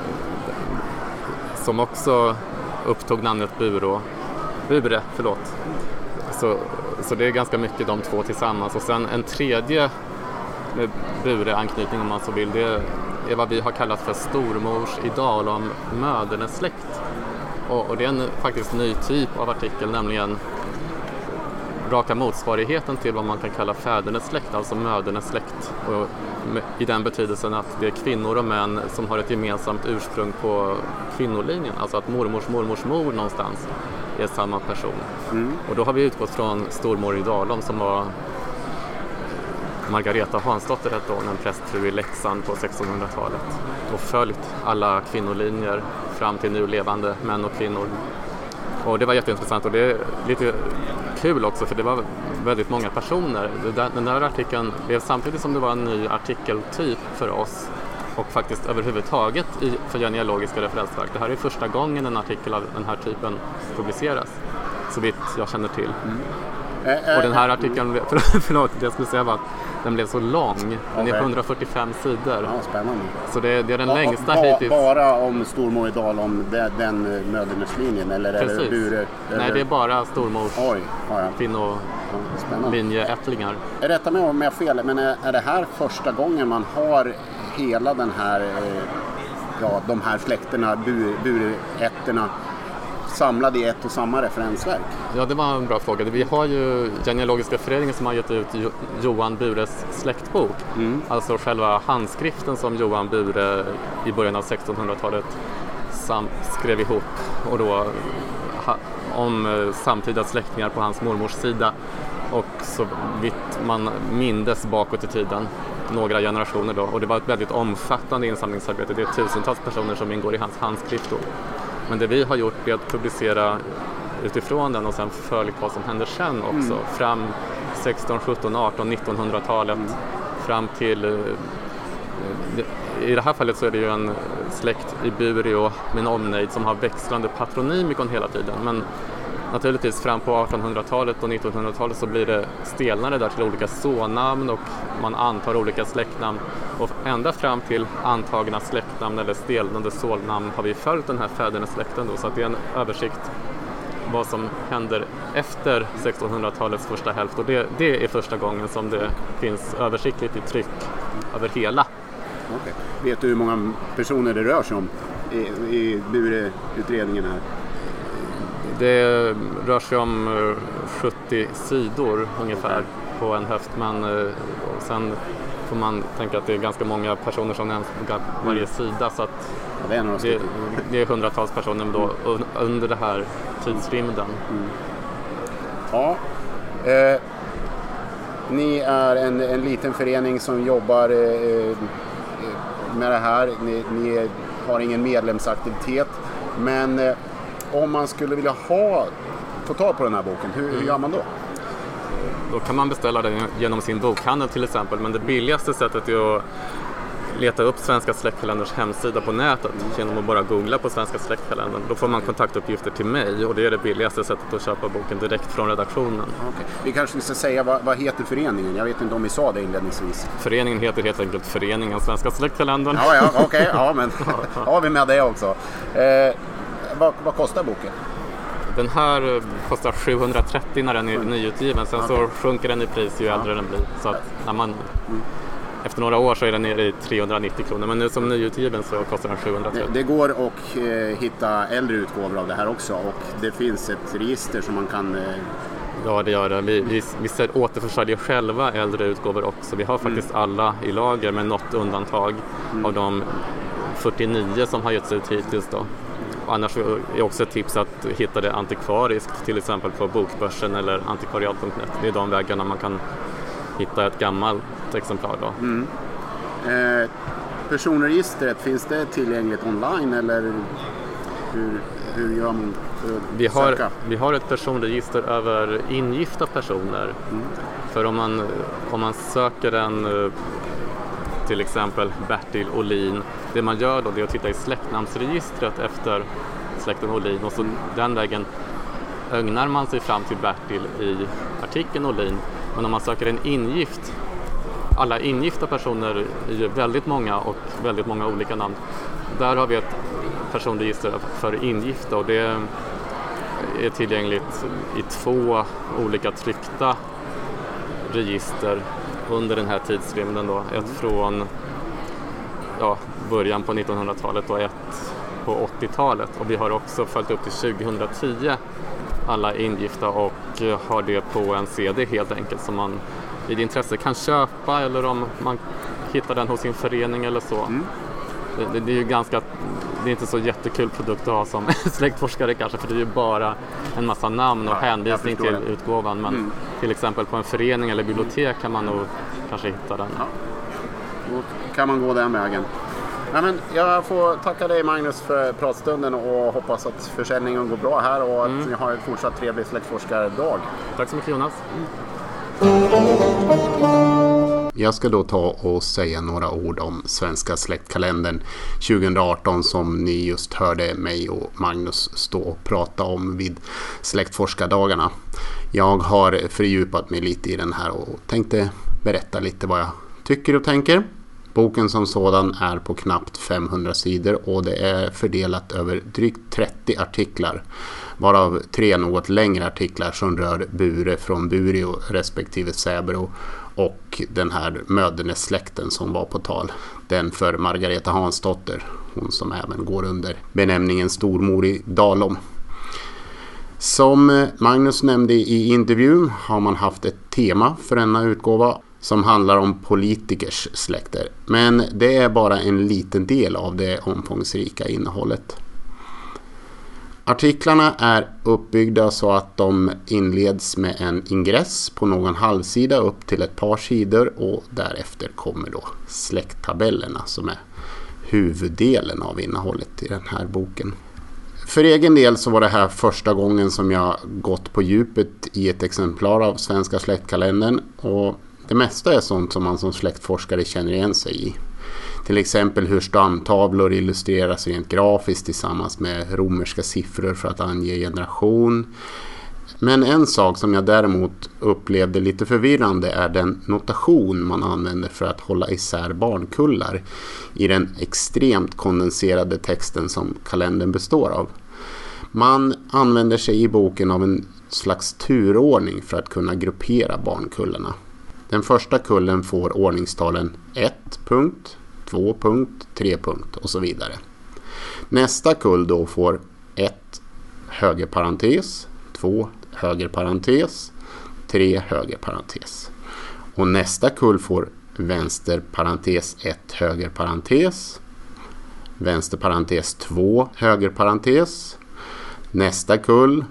Som också upptog namnet Bureå. Bure, förlåt. Så, så det är ganska mycket de två tillsammans. Och sen en tredje med Bure-anknytning om man så vill, det är vad vi har kallat för stormors idal om mödernesläkt. Och, och det är en faktiskt ny typ av artikel, nämligen raka motsvarigheten till vad man kan kalla fädernesläkt, alltså mödernesläkt. Och med, i den betydelsen att det är kvinnor och män som har ett gemensamt ursprung på kvinnolinjen. Alltså att mormors mormors mor någonstans är samma person. Mm. Och då har vi utgått från stormor i Dalom som var Margareta Hansdotter hette hon, en prästfru i Leksand på sextonhundratalet och följt alla kvinnolinjer fram till nu levande män och kvinnor. Och det var jätteintressant och det är lite kul också för det var väldigt många personer. Den där artikeln blev samtidigt som det var en ny artikeltyp för oss och faktiskt överhuvudtaget i, för genealogiska referensverk. Det här är första gången en artikel av den här typen publiceras, så vitt jag känner till. Mm. Och den här artikeln, förlåt, det jag skulle säga var att den blev så lång. Den okay. är på hundrafyrtiofem sidor.
Ja, spännande.
Så det, det är den ba, längsta
ba,
hittills.
Bara om stormor i Dalom, den, den möderneslinjen? Eller är det Bure? Eller?
Nej, det är bara stormors
Oj, ja, ja.
kvinnolinjeättlingar.
Är detta med om jag fel, men är, är det här första gången man har hela den här, ja, de här släkterna, Bureätterna, samlade i ett och samma referensverk?
Ja, det var en bra fråga. Vi har ju Genealogiska föreningen som har gett ut Johan Bures släktbok. Mm. Alltså själva handskriften som Johan Bure i början av sextonhundratalet sam- skrev ihop och då ha- om eh, samtida släktingar på hans mormors sida. Och så vitt man mindes bakåt i tiden, några generationer då. Och det var ett väldigt omfattande insamlingsarbete. Det är tusentals personer som ingår i hans handskrift då. Men det vi har gjort är att publicera utifrån den och sen följt vad som händer sen också. Mm. Fram sexton, sjutton, arton, nittonhundratalet. Mm. Fram till... I det här fallet så är det ju en släkt i Bureå med en omnejd som har växlande patronymikon hela tiden. Men naturligtvis fram på artonhundratalet och nittonhundratalet så blir det stelnare där till olika sånamn och man antar olika släktnamn. Och ända fram till antagna släktnamn eller stelnande sånamn har vi följt den här fädernesläkten då. Så att det är en översikt vad som händer efter sextonhundratalets första hälft. Och det, det är första gången som det finns översiktligt i tryck över hela.
Okay. Vet du hur många personer det rör sig om i, i Bure-utredningen här?
Det rör sig om sjuttio sidor ungefär på en höft, men sen får man tänka att det är ganska många personer som nämns på varje sida, så att
ja, det, är några
det, det är hundratals personer då under det här tidsrymden. Mm.
Ja, eh, ni är en, en liten förening som jobbar eh, med det här. Ni, ni har ingen medlemsaktivitet, men eh, om man skulle vilja ha få tag på den här boken, hur, hur gör man då?
Då kan man beställa den genom sin bokhandel till exempel, men det billigaste sättet är att leta upp Svenska släktkalenderns hemsida på nätet genom att bara googla på Svenska släktkalendern. Då får man kontaktuppgifter till mig och det är det billigaste sättet att köpa boken direkt från redaktionen.
Okay. Vi kanske ska säga, vad, vad heter föreningen? Jag vet inte om vi sa det inledningsvis.
Föreningen heter helt enkelt Föreningen Svenska släktkalendern.
Ja, ja, okej. Okay. Ja, men har vi med det också. Eh, vad, vad kostar boken?
Den här kostar sjuhundratrettio när den är nyutgiven. Sen okay. så sjunker den i pris ju äldre ja. den blir. Så att när man... Mm. Efter några år så är den nere i trehundranittio kronor, men nu som nyutgiven så kostar den sjuhundratrettio.
Det, det går att eh, hitta äldre utgåvor av det här också, och det finns ett register som man kan... Eh...
Ja, det gör det. Vi, vi, vi återförsäljer själva äldre utgåvor också. Vi har faktiskt mm. alla i lager med något undantag mm. av de fyrtionio som har getts ut hittills då. Och annars är också ett tips att hitta det antikvariskt, till exempel på Bokbörsen eller antikvariat punkt net. Det är de vägarna man kan hitta ett gammalt exemplar då. Mm.
Eh, personregistret, finns det tillgängligt online eller hur, hur gör man för att
vi har,
söka?
Vi har ett personregister över ingifta personer. Mm. För om man, om man söker en till exempel Bertil Olin, det man gör då det är att titta i släktnamnsregistret efter släkten Olin och så den vägen ögnar man sig fram till Bertil i artikeln Olin. Men om man söker en ingift, alla ingifta personer är ju väldigt många och väldigt många olika namn. Där har vi ett personregister för ingifta och det är tillgängligt i två olika tryckta register under den här tidsrymden då. Ett från ja, början på nittonhundratalet och ett på åttiotalet. Och vi har också följt upp till tjugohundratio alla ingifta och har det på en C D helt enkelt som man vid intresse kan köpa eller om man hittar den hos sin förening eller så. Mm. Det, det är ju ganska, det är inte så jättekul produkt att ha som släktforskare kanske, för det är ju bara en massa namn och ja, hänvisning till det. Utgåvan, men mm. till exempel på en förening eller bibliotek kan man nog kanske hitta den.
Ja. Då kan man gå den vägen. Ja, men jag får tacka dig Magnus för pratstunden och hoppas att försäljningen går bra här och att mm. ni har en fortsatt trevlig släktforskardag.
Tack så mycket Jonas.
Jag ska då ta och säga några ord om Svenska släktkalendern tjugoarton som ni just hörde mig och Magnus stå och prata om vid släktforskardagarna. Jag har fördjupat mig lite i den här och tänkte berätta lite vad jag tycker och tänker. Boken som sådan är på knappt femhundra sidor och det är fördelat över drygt trettio artiklar, varav tre något längre artiklar som rör Bure från Bureå respektive Säbro och den här Mödernes-släkten som var på tal. Den för Margareta Hansdotter, hon som även går under benämningen Stormor i Dalom. Som Magnus nämnde i intervjun har man haft ett tema för denna utgåva som handlar om politikers släkter. Men det är bara en liten del av det omfångsrika innehållet. Artiklarna är uppbyggda så att de inleds med en ingress på någon halvsida upp till ett par sidor och därefter kommer då släkttabellerna som är huvuddelen av innehållet i den här boken. För egen del så var det här första gången som jag gått på djupet i ett exemplar av Svenska släktkalendern, och det mesta är sånt som man som släktforskare känner igen sig i. Till exempel hur stamtavlor illustreras rent grafiskt tillsammans med romerska siffror för att ange generation. Men en sak som jag däremot upplevde lite förvirrande är den notation man använder för att hålla isär barnkullar i den extremt kondenserade texten som kalendern består av. Man använder sig i boken av en slags turordning för att kunna gruppera barnkullarna. Den första kullen får ordningstalen ett punkt, två punkt, tre punkt och så vidare. Nästa kull då får ett högerparentes, två högerparentes, tre högerparentes. Och nästa kull får vänsterparentes ett högerparentes, vänsterparentes två högerparentes. Nästa kull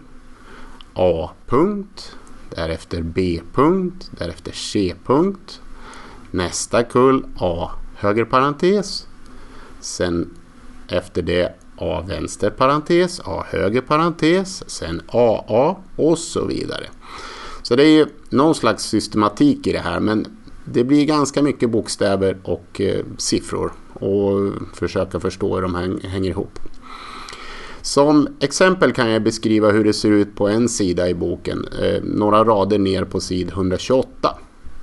A-punkt, därefter B-punkt, därefter C-punkt. Nästa kull A högerparentes, sen efter det A vänsterparentes, A högerparentes, sen A A och så vidare. Så det är ju någon slags systematik i det här, men det blir ganska mycket bokstäver och eh, siffror och försöka förstå hur de häng, hänger ihop. Som exempel kan jag beskriva hur det ser ut på en sida i boken, eh, några rader ner på sid etthundratjugoåtta.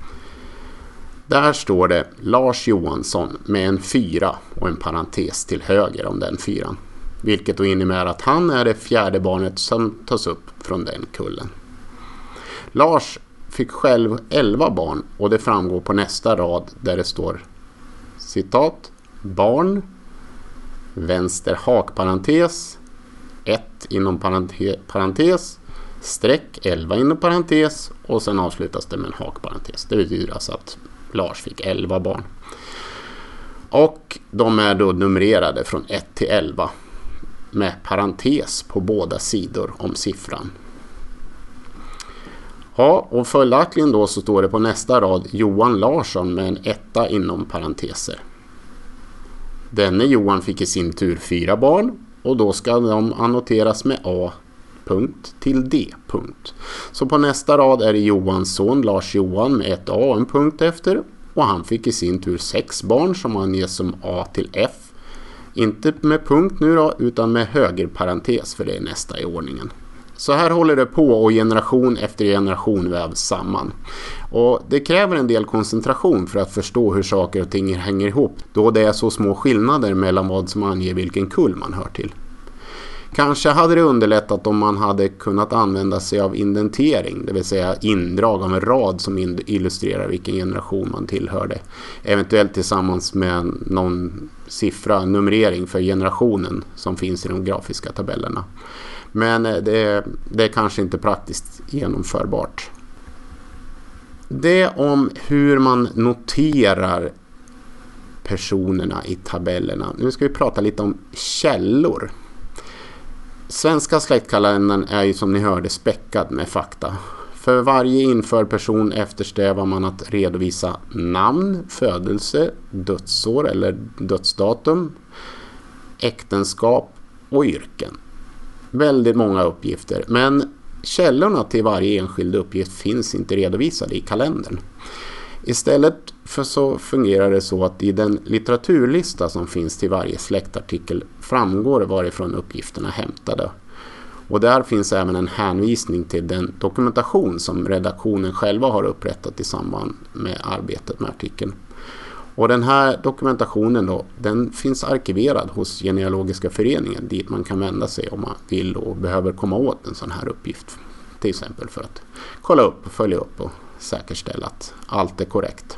Där står det Lars Johansson med en fyra och en parentes till höger om den fyran. Vilket då innebär att han är det fjärde barnet som tas upp från den kullen. Lars fick själv elva barn och det framgår på nästa rad där det står citat barn, vänster hakparentes, ett inom parentes, parentes streck elva inom parentes och sen avslutas det med en hakparentes. Det betyder alltså att Lars fick elva barn. Och de är då numrerade från ett till elva med parentes på båda sidor om siffran. Ja, och följaktligen då så står det på nästa rad Johan Larsson med en etta inom parenteser. Denne Johan fick i sin tur fyra barn och då ska de annoteras med A punkt till D punkt. Så på nästa rad är det Johans son Lars Johan med ett A och en punkt efter, och han fick i sin tur sex barn som anges som A till F. Inte med punkt nu då, utan med högerparentes, för det är nästa i ordningen. Så här håller det på och generation efter generation vävs samman. Och det kräver en del koncentration för att förstå hur saker och ting hänger ihop, då det är så små skillnader mellan vad som anger vilken kull man hör till. Kanske hade det underlättat om man hade kunnat använda sig av indentering, det vill säga indrag av en rad som illustrerar vilken generation man tillhörde. Eventuellt tillsammans med någon siffra, numrering för generationen som finns i de grafiska tabellerna. Men det, det är kanske inte praktiskt genomförbart. Det om hur man noterar personerna i tabellerna. Nu ska vi prata lite om källor. Svenska släktkalendern är ju som ni hörde späckad med fakta. För varje införd person eftersträvar man att redovisa namn, födelse, dödsår eller dödsdatum, äktenskap och yrken. Väldigt många uppgifter, men källorna till varje enskild uppgift finns inte redovisade i kalendern. Istället för så fungerar det så att i den litteraturlista som finns till varje släktartikel framgår varifrån uppgifterna är hämtade. Och där finns även en hänvisning till den dokumentation som redaktionen själva har upprättat i samband med arbetet med artikeln. Och den här dokumentationen då, den finns arkiverad hos Genealogiska föreningen dit man kan vända sig om man vill och behöver komma åt en sån här uppgift. Till exempel för att kolla upp, följa upp och säkerställa att allt är korrekt.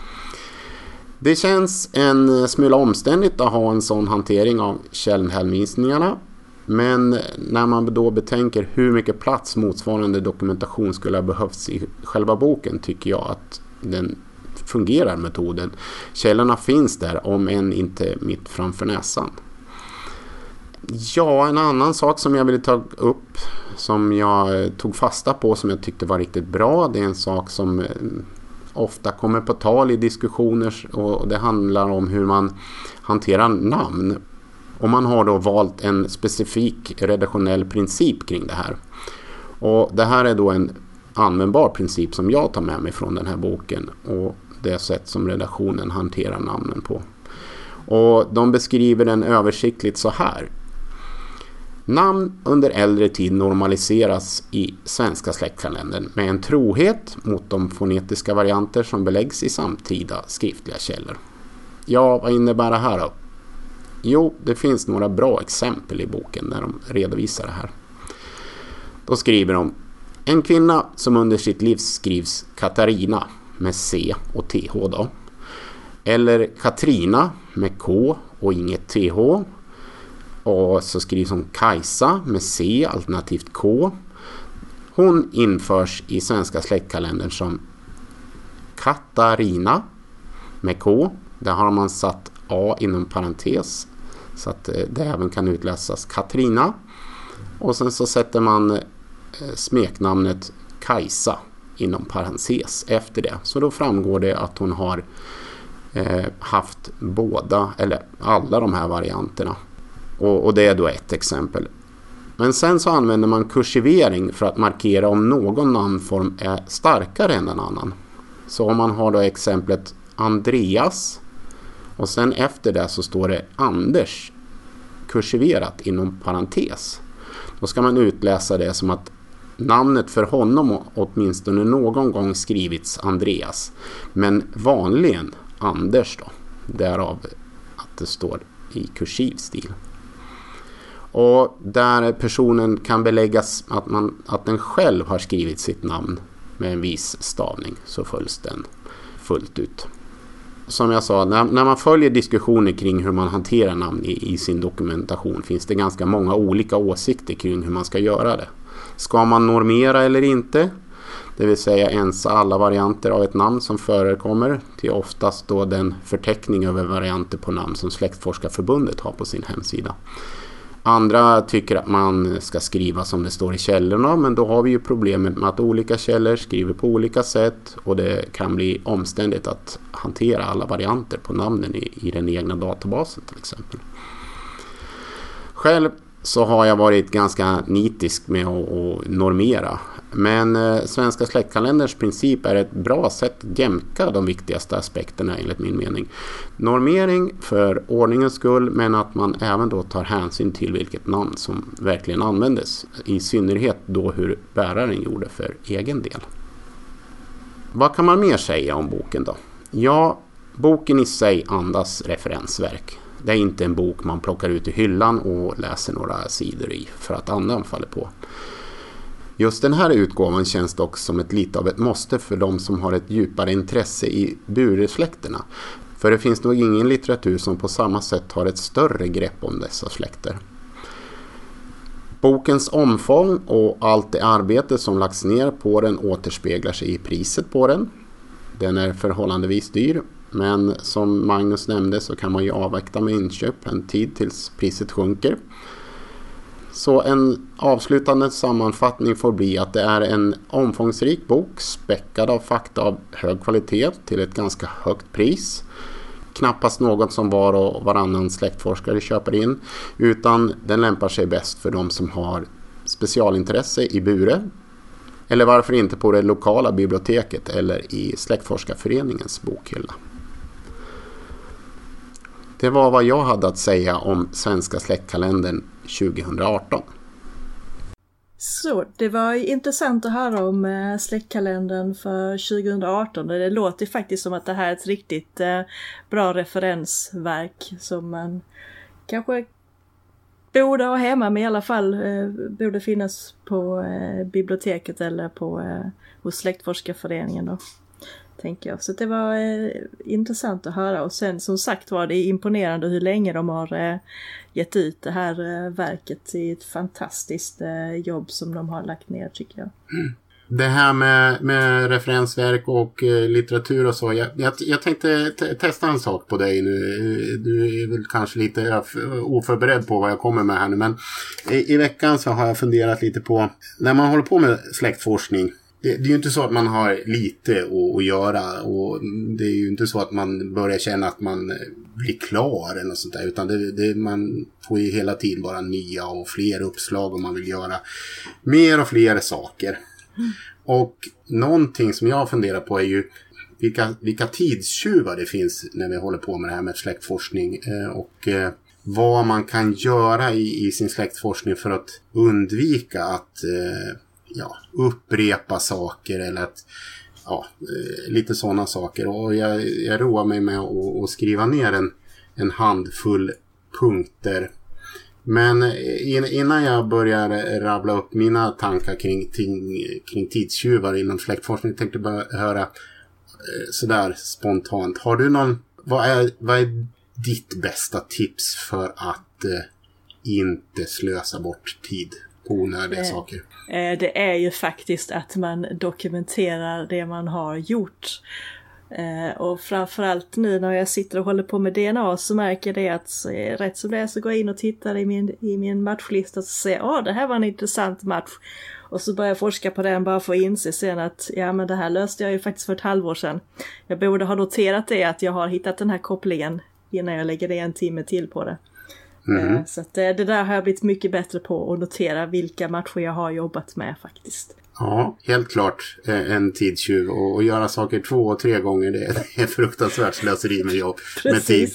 Det känns en smula omständigt att ha en sån hantering av källhänvisningarna, men när man då betänker hur mycket plats motsvarande dokumentation skulle ha behövts i själva boken tycker jag att den fungerar metoden. Källorna finns där om än inte mitt framför näsan. Ja, en annan sak som jag ville ta upp, som jag tog fasta på, som jag tyckte var riktigt bra, det är en sak som ofta kommer på tal i diskussioner, och det handlar om hur man hanterar namn. Och man har då valt en specifik redaktionell princip kring det här. Och det här är då en användbar princip som jag tar med mig från den här boken och det sätt som redaktionen hanterar namnen på. Och de beskriver den översiktligt så här. Namn under äldre tid normaliseras i svenska släktkalendern med en trohet mot de fonetiska varianter som beläggs i samtida skriftliga källor. Ja, vad innebär det här då? Jo, det finns några bra exempel i boken där de redovisar det här. Då skriver de: en kvinna som under sitt liv skrivs Katarina med C och T H då. Eller Katrina med K och inget T H. Och så skrivs hon Kajsa med C alternativt K. Hon införs i svenska släktkalendern som Katarina med K. Där har man satt A inom parentes så att det även kan utläsas Katrina. Och sen så sätter man smeknamnet Kajsa inom parentes efter det. Så då framgår det att hon har eh, haft båda eller alla de här varianterna. Och, och det är då ett exempel. Men sen så använder man kursivering för att markera om någon namnform är starkare än en annan. Så om man har då exemplet Andreas och sen efter det så står det Anders kursiverat inom parentes. Då ska man utläsa det som att namnet för honom åtminstone någon gång skrivits Andreas. Men vanligen Anders då. Därav att det står i kursiv stil. Och där personen kan beläggas att, man, att den själv har skrivit sitt namn med en viss stavning, så följs den fullt ut. Som jag sa, när, när man följer diskussioner kring hur man hanterar namn i, i sin dokumentation finns det ganska många olika åsikter kring hur man ska göra det. Ska man normera eller inte? Det vill säga ensa alla varianter av ett namn som förekommer till oftast då den förteckning över varianter på namn som Släktforskarförbundet har på sin hemsida. Andra tycker att man ska skriva som det står i källorna, men då har vi ju problemet med att olika källor skriver på olika sätt och det kan bli omständigt att hantera alla varianter på namnen i, i den egna databasen till exempel. Själv så har jag varit ganska nitisk med att, att normera. Men eh, svenska släktkalenderns princip är ett bra sätt att jämka de viktigaste aspekterna enligt min mening. Normering för ordningens skull, men att man även då tar hänsyn till vilket namn som verkligen användes. I synnerhet då hur bäraren gjorde för egen del. Vad kan man mer säga om boken då? Ja, boken i sig andas referensverk. Det är inte en bok man plockar ut i hyllan och läser några sidor i för att andan faller på. Just den här utgåvan känns dock som ett lite av ett måste för de som har ett djupare intresse i buresläkterna. För det finns nog ingen litteratur som på samma sätt har ett större grepp om dessa släkter. Bokens omfång och allt det arbete som lagts ner på den återspeglar sig i priset på den. Den är förhållandevis dyr. Men som Magnus nämnde så kan man ju avvakta med inköp en tid tills priset sjunker. Så en avslutande sammanfattning får bli att det är en omfångsrik bok späckad av fakta av hög kvalitet till ett ganska högt pris. Knappast något som var och varannan släktforskare köper in, utan den lämpar sig bäst för de som har specialintresse i Bure. Eller varför inte på det lokala biblioteket eller i Släktforskarföreningens bokhylla. Det var vad jag hade att säga om svenska släktkalendern tjugoarton.
Så, det var intressant att höra om eh, släktkalendern för tjugoarton. Det låter faktiskt som att det här är ett riktigt eh, bra referensverk som man kanske borde ha hemma, men i alla fall eh, borde finnas på eh, biblioteket eller på eh, hos Släktforskarföreningen då, tänker jag. Så det var eh, intressant att höra, och sen som sagt var det imponerande hur länge de har eh, gett ut det här eh, verket. Det är ett fantastiskt eh, jobb som de har lagt ner, tycker jag.
Mm. det här med, med referensverk och eh, litteratur och så. Jag, jag, jag tänkte t- testa en sak på dig nu. Du är väl kanske lite oförberedd på vad jag kommer med här nu. Men i, i veckan så har jag funderat lite på, när man håller på med släktforskning, det, det är ju inte så att man har lite att, att göra. Och det är ju inte så att man börjar känna att man blir klar eller något sånt där. Utan det, det, man får ju hela tiden bara nya och fler uppslag och man vill göra mer och fler saker. Mm. Och någonting som jag funderar på är ju vilka, vilka tidstjuvar det finns när vi håller på med det här med släktforskning eh, och eh, vad man kan göra i, i sin släktforskning för att undvika att eh, ja, upprepa saker eller att ja, eh, lite sådana saker. Och jag, jag roar mig med att, att skriva ner en, en handfull punkter. Men innan jag börjar rabbla upp mina tankar kring, kring, kring tidstjuvar inom släktforskning, tänkte jag bara höra sådär spontant. Har du någon, vad är, vad är ditt bästa tips för att eh, inte slösa bort tid på onödiga eh, saker?
Eh, det är ju faktiskt att man dokumenterar det man har gjort. Eh, och framförallt nu när jag sitter och håller på med D N A så märker jag det att eh, rätt som det är så går jag in och tittar i min, i min matchlista och säger åh, det här var en intressant match. Och så börjar jag forska på den bara för att inse sen att ja, men det här löste jag ju faktiskt för ett halvår sedan. Jag borde ha noterat det, att jag har hittat den här kopplingen innan jag lägger det en timme till på det. Mm. Eh, så att det, det där har jag blivit mycket bättre på att notera vilka matcher jag har jobbat med faktiskt.
Ja, helt klart en tidstjuv. Och, och göra saker två och tre gånger, det är, det är fruktansvärt slöseri med jobb. Med tid.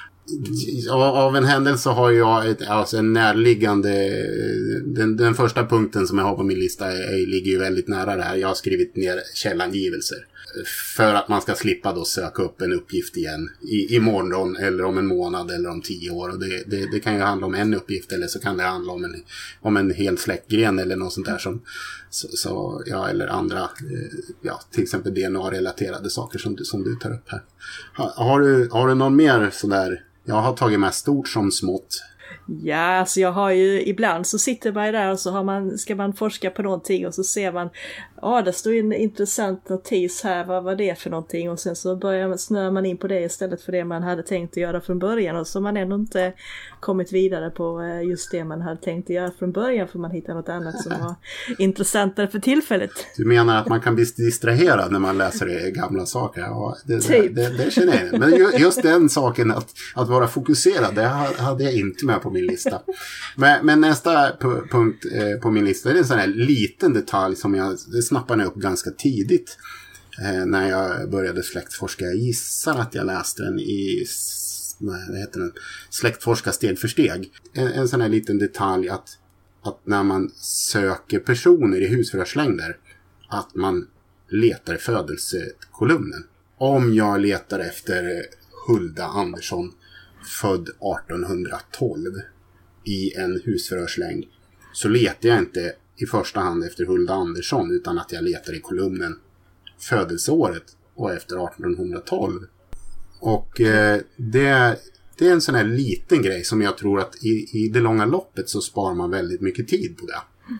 Av, av en händelse har jag ett, alltså en närliggande, den, den första punkten som jag har på min lista är, ligger ju väldigt nära det här. Jag har skrivit ner källangivelser. För att man ska slippa då söka upp en uppgift igen i, imorgon eller om en månad eller om tio år. Och det, det, det kan ju handla om en uppgift eller så kan det handla om en, om en hel släktgren eller något sånt där som, så, så, ja, eller andra, ja, till exempel D N A-relaterade saker som du, som du tar upp här. Har, har, du, har du någon mer sådär? Jag har tagit med stort som smått.
Ja, alltså jag har ju, ibland så sitter man där och så har man, ska man forska på någonting och så ser man, ja ah, det står en intressant notis här, vad var det för någonting? Och sen så börjar man, snöar man in på det istället för det man hade tänkt att göra från början, och så har man ändå inte kommit vidare på just det man hade tänkt att göra från början, för man hittar något annat som var intressantare för tillfället.
Du menar att man kan bli distraherad när man läser gamla saker? Ja, det, typ. det, det, det känner jag. Men just den saken att, att vara fokuserad, det hade jag inte med på min lista. Men, men nästa p- punkt eh, på min lista är en sån här liten detalj som jag snappade upp ganska tidigt eh, när jag började släktforska. Jag gissar att jag läste den i nej, vad heter den? Släktforska steg för steg. En, en sån här liten detalj att, att när man söker personer i husförhörslängder att man letar i födelsekolumnen. Om jag letar efter Hulda Andersson född artonhundratolv i en husförhörslängd, så letar jag inte i första hand efter Hulda Andersson, utan att jag letar i kolumnen födelseåret och efter artonhundratolv. Och eh, det, det är en sån här liten grej som jag tror att i, i det långa loppet så sparar man väldigt mycket tid på det.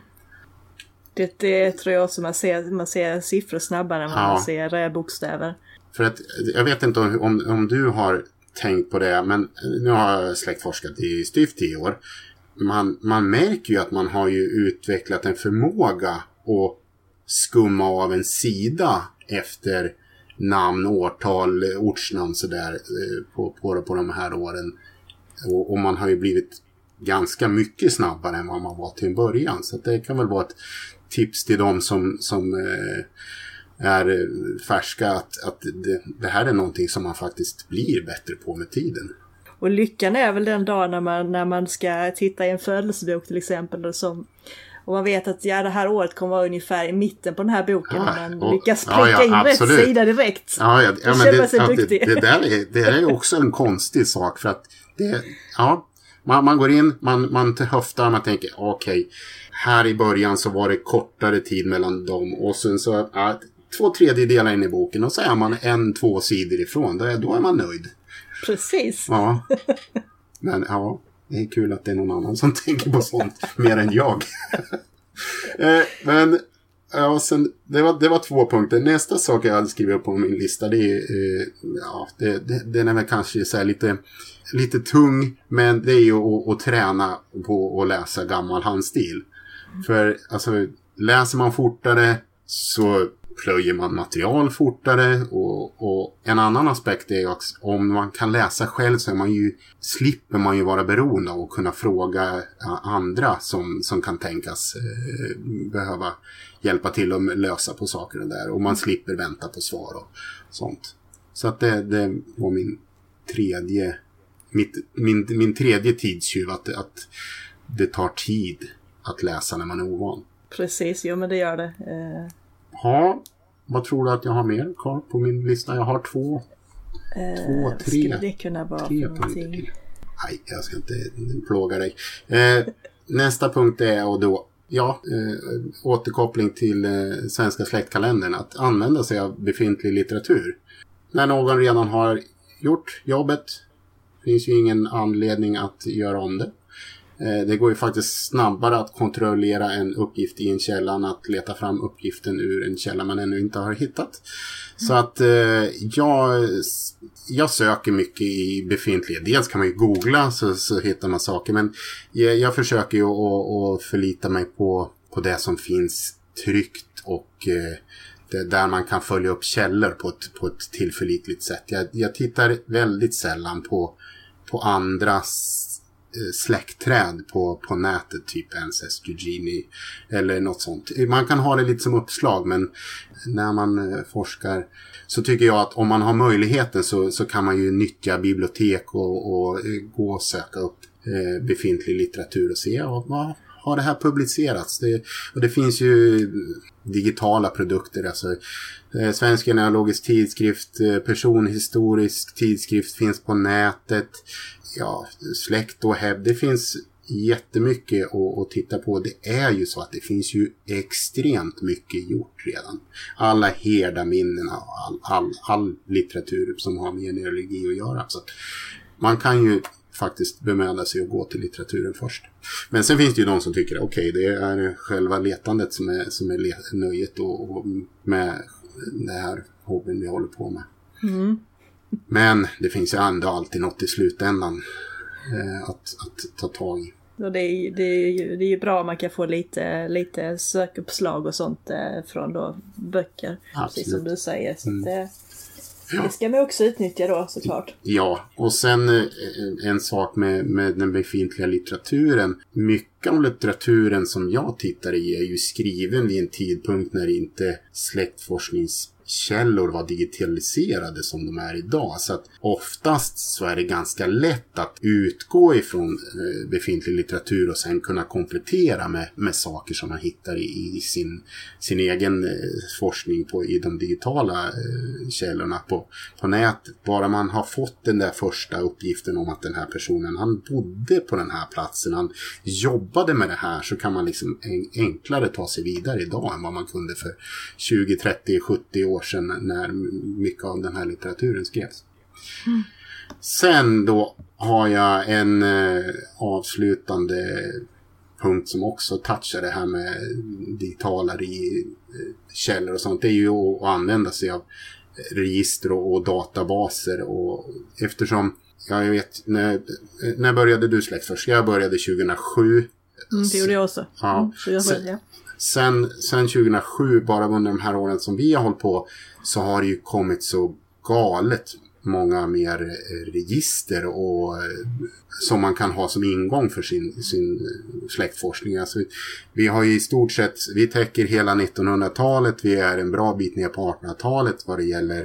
Det, det tror jag också, man ser, man ser siffror snabbare än ja. man ser bokstäver.
För att, jag vet inte om, om, om du har tänkt på det, men nu har jag släktforskat i styvt tio år. Man, man märker ju att man har ju utvecklat en förmåga att skumma av en sida efter namn, årtal, ortsnamn sådär på, på, på de här åren. Och, och man har ju blivit ganska mycket snabbare än vad man var till en början. Så det kan väl vara ett tips till dem som, som eh, är färska att, att det, det här är någonting som man faktiskt blir bättre på med tiden.
Och lyckan är väl den dag när man, när man ska titta i en födelsebok till exempel, och, som, och man vet att ja, det här året kommer vara ungefär i mitten på den här boken, ja, och man och, lyckas pricka ja, ja, in absolut. rätt sida direkt.
Ja, ja, ja, men det, sig ja, duktig. Det, det, där är, det är också en konstig sak, för att det, ja, man, man går in, man, man höftar, man tänker okej, okay, här i början så var det kortare tid mellan dem, och sen så ja, två tredjedelar in i boken och så är man en, två sidor ifrån, då är, då är man nöjd.
Precis.
Ja, men ja, det är kul att det är någon annan som tänker på sånt mer än jag. eh, men Ja, sen, det, var, det var två punkter. Nästa sak jag hade skrivit upp på min lista, det är eh, ja, det, det, den är väl kanske så här lite, lite tung, men det är ju att, att träna på att läsa gammal handstil. Mm. För alltså, läser man fortare så plöjer man material fortare, och, och en annan aspekt är också om man kan läsa själv så är man ju, slipper man ju vara beroende av att kunna fråga andra som, som kan tänkas eh, behöva hjälpa till att lösa på saker och där, och man slipper vänta på svar och sånt. Så att det, det var min tredje mitt, min, min tredje tidstjuv, att, att det tar tid att läsa när man är ovan.
Precis, jo men det gör det. Eh...
Ja, vad tror du att jag har mer kvar på min lista? Jag har två, eh, två tre,
skulle det kunna vara
tre
för
punkter till. Nej, jag ska inte plåga dig. Eh, nästa punkt är och då, ja, eh, återkoppling till eh, svenska släktkalendern, att använda sig av befintlig litteratur. När någon redan har gjort jobbet finns ju ingen anledning att göra om det. Det går ju faktiskt snabbare att kontrollera en uppgift i en källa än att leta fram uppgiften ur en källa man ännu inte har hittat. Mm. Så att eh, jag, jag söker mycket i befintliga. Dels kan man ju googla så, så hittar man saker. Men jag, jag försöker ju att, att förlita mig på, på det som finns tryckt och eh, det, där man kan följa upp källor på ett, på ett tillförlitligt sätt. Jag, jag tittar väldigt sällan på, på andras släktträd på, på nätet, typ Ancestry eller något sånt. Man kan ha det lite som uppslag, men när man forskar så tycker jag att om man har möjligheten så, så kan man ju nyttja bibliotek och, och gå och söka upp eh, befintlig litteratur och se och, vad har det här publicerats. Det, och det finns ju digitala produkter, alltså eh, Svensk genealogisk tidskrift, eh, personhistorisk tidskrift finns på nätet. Ja, släkt och hävd, det finns jättemycket att, att titta på. Det är ju så att det finns ju extremt mycket gjort redan. Alla herda minnen och all, all, all litteratur som har med genealogi att göra. Så att man kan ju faktiskt bemöda sig att gå till litteraturen först. Men sen finns det ju de som tycker okej, okay, det är själva letandet som är, som är le- nöjet och, och med det här hobbyn vi håller på med. Mm. Men det finns ju ändå alltid något i slutändan eh, att, att ta tag i.
Och det, är, det, är ju, det är ju bra om man kan få lite, lite sökuppslag och sånt eh, från då böcker. Absolut. Precis som du säger. Så mm. att, ja. Det ska man också utnyttja då såklart.
Ja, och sen eh, en sak med, med den befintliga litteraturen. Mycket av litteraturen som jag tittar i är ju skriven vid en tidpunkt när inte släktforsknings källor var digitaliserade som de är idag. Så att oftast så är det ganska lätt att utgå ifrån eh, befintlig litteratur och sen kunna komplettera med, med saker som man hittar i, i sin, sin egen eh, forskning på, i de digitala eh, källorna på, på nätet. Bara man har fått den där första uppgiften om att den här personen, han bodde på den här platsen, han jobbade med det här, så kan man liksom en, enklare ta sig vidare idag än vad man kunde för tjugo, trettio, sjuttio år sedan när mycket av den här litteraturen skrevs. Mm. Sen då har jag en eh, avslutande punkt som också touchar det här med digitala re- källor och sånt. Det är ju att använda sig av register och, och databaser, och eftersom jag vet, när, när började du släktforska? Jag började tjugohundrasju.
Mm, det gjorde jag också.
Ja.
Mm, tjugohundrasju, ja.
Sen, sen tjugohundrasju, bara under de här åren som vi har hållit på, så har det ju kommit så galet många mer register och som man kan ha som ingång för sin, sin släktforskning. Alltså, vi har ju i stort sett, vi täcker hela nittonhundratalet, vi är en bra bit ner på artonhundratalet vad det gäller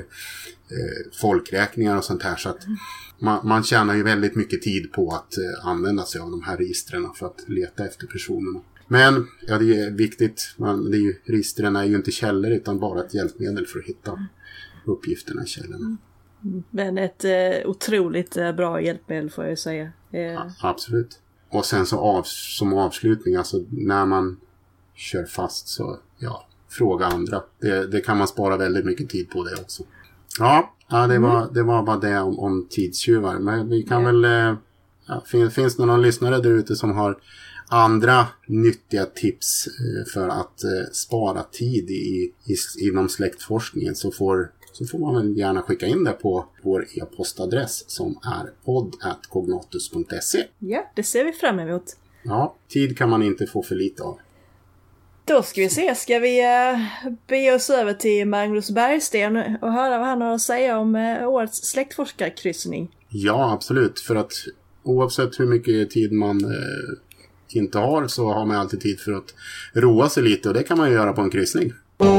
eh, folkräkningar och sånt här, så att man, man tjänar ju väldigt mycket tid på att eh, använda sig av de här registren för att leta efter personerna. Men ja, det är viktigt, man, det är ju, registren är ju inte källor utan bara ett hjälpmedel för att hitta uppgifterna i källorna.
Men ett eh, otroligt eh, bra hjälpmedel får jag säga. Eh.
Ja, absolut. Och sen så av, som avslutning, alltså när man kör fast så ja, fråga andra. Det, det kan man spara väldigt mycket tid på det också. Ja, ja det, var, det var bara det om, om tidstjuvar. Men vi kan ja. väl, eh, ja, finns, finns det någon lyssnare där ute som har andra nyttiga tips för att spara tid i, i, inom släktforskningen så får, så får man väl gärna skicka in det på vår e-postadress som är podd at cognatus punkt se.
Ja, det ser vi fram emot.
Ja, tid kan man inte få för lite av.
Då ska vi se, ska vi uh, be oss över till Magnus Bergsten och höra vad han har att säga om uh, årets släktforskarkryssning.
Ja, absolut. För att oavsett hur mycket tid man uh, inte har så har man alltid tid för att roa sig lite och det kan man ju göra på en kryssning.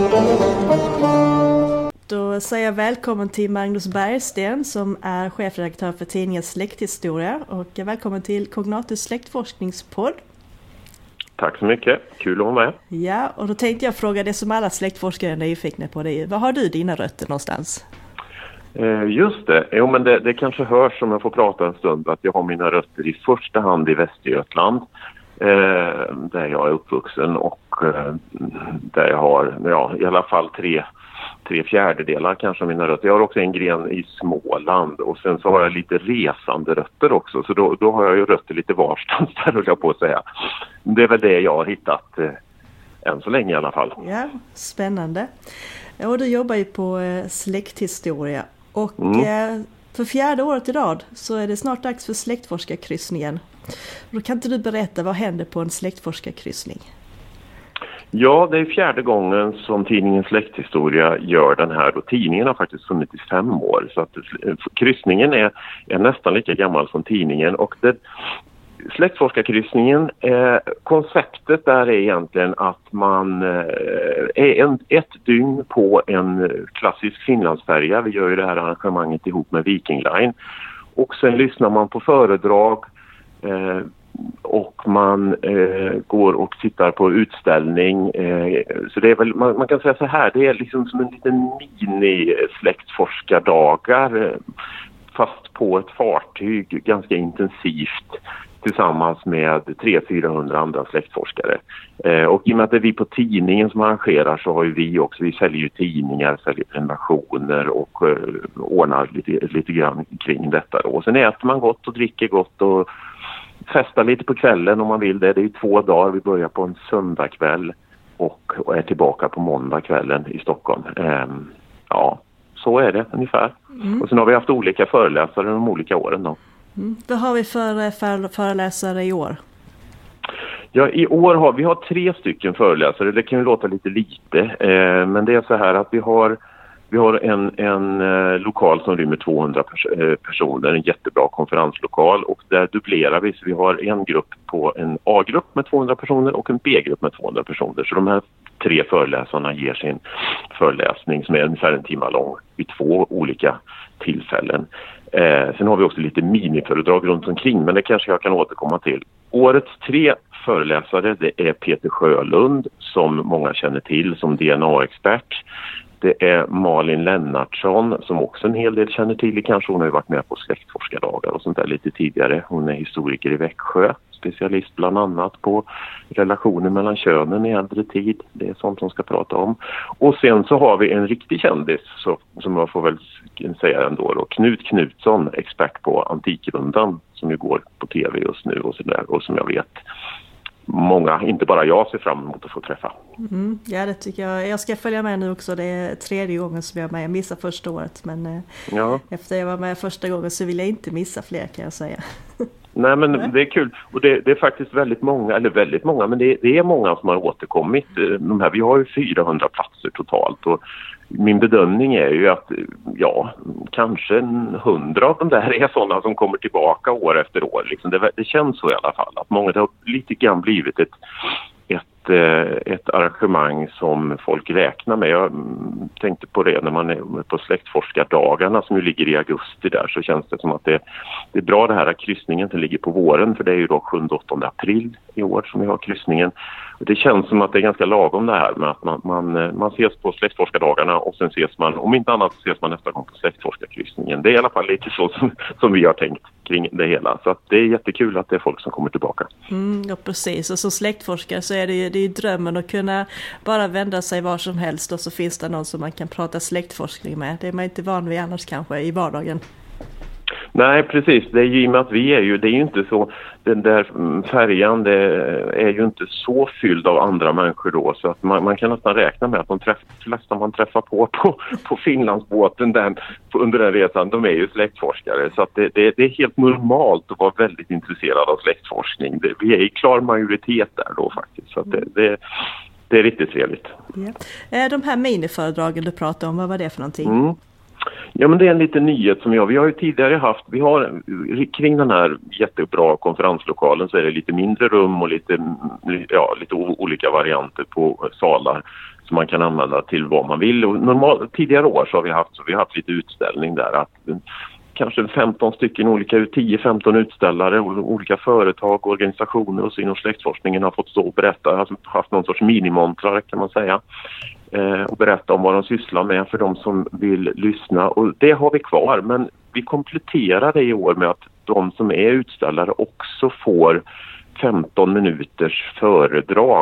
Då säger jag välkommen till Magnus Bergsten som är chefredaktör för tidningen Släkthistoria och välkommen till Cognatus släktforskningspodd.
Tack så mycket, kul att vara med.
Ja, och då tänkte jag fråga det som alla släktforskare är nyfikna på det. Var har du dina rötter någonstans?
Eh, just det, jo men det, det kanske hörs om jag får prata en stund att jag har mina rötter i första hand i Västergötland. Eh, där jag är uppvuxen och eh, där jag har ja, i alla fall tre, tre fjärdedelar kanske av mina rötter. Jag har också en gren i Småland och sen så har jag lite resande rötter också. Så då, då har jag ju rötter lite varstans där höll jag på att säga. Det är väl det jag har hittat eh, än så länge i alla fall.
Ja, spännande. Och du jobbar ju på eh, släkthistoria och mm. eh, för fjärde året i rad så är det snart dags för släktforskarkryssningen. Då kan inte du berätta vad händer på en släktforskarkryssning?
Ja, det är fjärde gången som tidningen Släkthistoria gör den här och tidningen har faktiskt funnits i fem år så att kryssningen är, är nästan lika gammal som tidningen och det, släktforskarkryssningen, eh, konceptet där är egentligen att man eh, är en, ett dygn på en klassisk Finlandsfärja, vi gör ju det här arrangemanget ihop med Viking Line och sen lyssnar man på föredrag eh, och man eh, går och tittar på utställning. Eh, så det är väl, man, man kan säga så här, det är liksom som en liten mini-släktforskardagar eh, fast på ett fartyg ganska intensivt tillsammans med tre till fyrahundra andra släktforskare. Eh, och i och med att det är vi på tidningen som arrangerar så har ju vi också, vi säljer ju tidningar, säljer prenumerationer och eh, ordnar lite, lite grann kring detta då. Och sen äter man gott och dricker gott och festa lite på kvällen om man vill det. Det är två dagar. Vi börjar på en söndagkväll och, och är tillbaka på måndagskvällen i Stockholm. Ehm, ja, så är det ungefär. Mm. Och sen har vi haft olika föreläsare de olika åren då.
Mm. Vad har vi för, för föreläsare i år?
Ja, i år har vi har tre stycken föreläsare. Det kan ju låta lite lite. Eh, men det är så här att vi har Vi har en, en eh, lokal som rymmer tvåhundra pers- eh, personer, en jättebra konferenslokal och där dubblerar vi så vi har en grupp på en A-grupp med tvåhundra personer och en B-grupp med tvåhundra personer. Så de här tre föreläsarna ger sin föreläsning som är ungefär en timme lång vid två olika tillfällen. Eh, sen har vi också lite miniföredrag runt omkring men det kanske jag kan återkomma till. Årets tre föreläsare det är Peter Sjölund som många känner till som D N A-expert. Det är Malin Lennartsson som också en hel del känner till. Kanske hon har ju varit med på släktforskardagar och sånt där lite tidigare. Hon är historiker i Växjö, specialist bland annat på relationer mellan könen i äldre tid. Det är sånt hon ska prata om. Och sen så har vi en riktig kändis så, som jag får väl säga ändå då. Knut Knutsson, expert på Antikrundan som ju går på tv just nu och, så där, och som jag vet många, inte bara jag, ser fram emot att få träffa.
Mm, ja, det tycker jag. Jag ska följa med nu också. Det är tredje gången som jag är med. Jag missade första året, men ja. Efter jag var med första gången så vill jag inte missa fler, kan jag säga.
Nej, men Nej. Det är kul. Och det, det är faktiskt väldigt många, eller väldigt många, men det, det är många som har återkommit. De här, vi har ju fyrahundra platser totalt och min bedömning är ju att ja, kanske en hundra av de där är sådana som kommer tillbaka år efter år. Liksom det, det känns så i alla fall. Att många, det har lite grann blivit ett, ett, ett arrangemang som folk räknar med. Jag tänkte på det när man är på släktforskardagarna som ju ligger i augusti där, så känns det som att det, det är bra det här att kryssningen som ligger på våren, för det är ju då sjunde och åttonde april i år som vi har kryssningen. Det känns som att det är ganska lagom det här med att man, man, man ses på släktforskardagarna och sen ses man, om inte annat ses man nästa gång på släktforskarkryssningen. Det är i alla fall lite så som, som vi har tänkt kring det hela. Så att det är jättekul att det är folk som kommer tillbaka.
Mm, ja, precis. Och som släktforskare så är det ju, det är ju drömmen att kunna bara vända sig var som helst och så finns det någon som man kan prata släktforskning med. Det är man inte van vid annars kanske i vardagen.
Nej, precis. Det är ju i och med att vi är ju, det är ju inte så, den där färjan det är ju inte så fylld av andra människor då, så att man, man kan nästan räkna med att de träff, flesta man träffar på på, på Finlandsbåten den, på, under den resan, de är ju släktforskare. Så att det, det, det är helt normalt att vara väldigt intresserad av släktforskning. Det, vi är i klar majoritet där då faktiskt, så att det, det, det är riktigt trevligt.
Ja. De här miniföredragen du pratade om, vad var det för någonting?
Mm. Ja, men det är en liten nyhet som jag, vi har ju tidigare haft, vi har kring den här jättebra konferenslokalen så är det lite mindre rum och lite, ja, lite olika varianter på salar som man kan använda till vad man vill. Och normalt, tidigare år så har vi haft, så vi har haft lite utställning där, att kanske femton stycken olika, tio femton utställare, olika företag, organisationer och så inom släktforskningen har fått stå och berätta, alltså haft någon sorts minimontrar kan man säga. Och berätta om vad de sysslar med för de som vill lyssna. Och det har vi kvar, men vi kompletterar det i år med att de som är utställare också får femton minuters föredrag.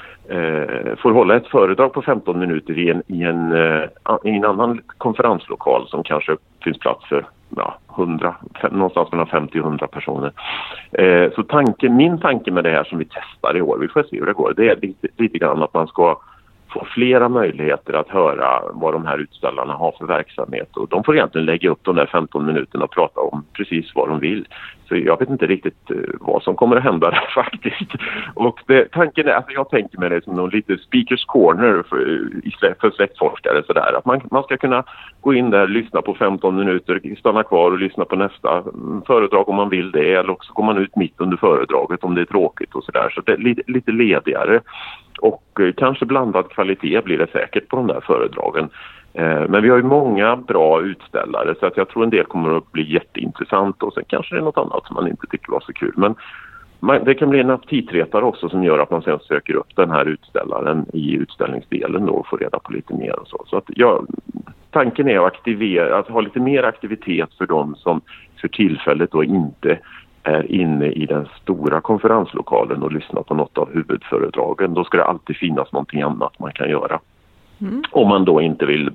Eh, får hålla ett föredrag på femton minuter i en, i en, uh, i en annan konferenslokal som kanske finns plats för ja, hundra, fem, någonstans mellan femtio och hundra personer. Eh, så tanken, min tanke med det här som vi testar i år, vi får se hur det går, det är lite, lite grann att man ska få flera möjligheter att höra vad de här utställarna har för verksamhet. Och de får egentligen lägga upp de där femton minuterna och prata om precis vad de vill. Så jag vet inte riktigt uh, vad som kommer att hända där faktiskt. Och det, tanken är, alltså jag tänker mig det som någon lite speakers corner för, för släktforskare. Sådär. Att man, man ska kunna gå in där, lyssna på femton minuter, stanna kvar och lyssna på nästa föredrag om man vill det. Eller också går man ut mitt under föredraget om det är tråkigt och sådär. Så det är lite, lite ledigare. Och eh, kanske blandad kvalitet blir det säkert på de där föredragen. Eh, men vi har ju många bra utställare så att jag tror en del kommer att bli jätteintressant och sen kanske det är något annat som man inte tycker var så kul. Men man, det kan bli en aptitretare också som gör att man sen söker upp den här utställaren i utställningsdelen då och får reda på lite mer och så. Så att ja, tanken är att aktivera, att ha lite mer aktivitet för dem som för tillfället då inte är inne i den stora konferenslokalen och lyssnar på något av huvudföredragen. Då ska det alltid finnas någonting annat man kan göra. Mm. Om man då inte vill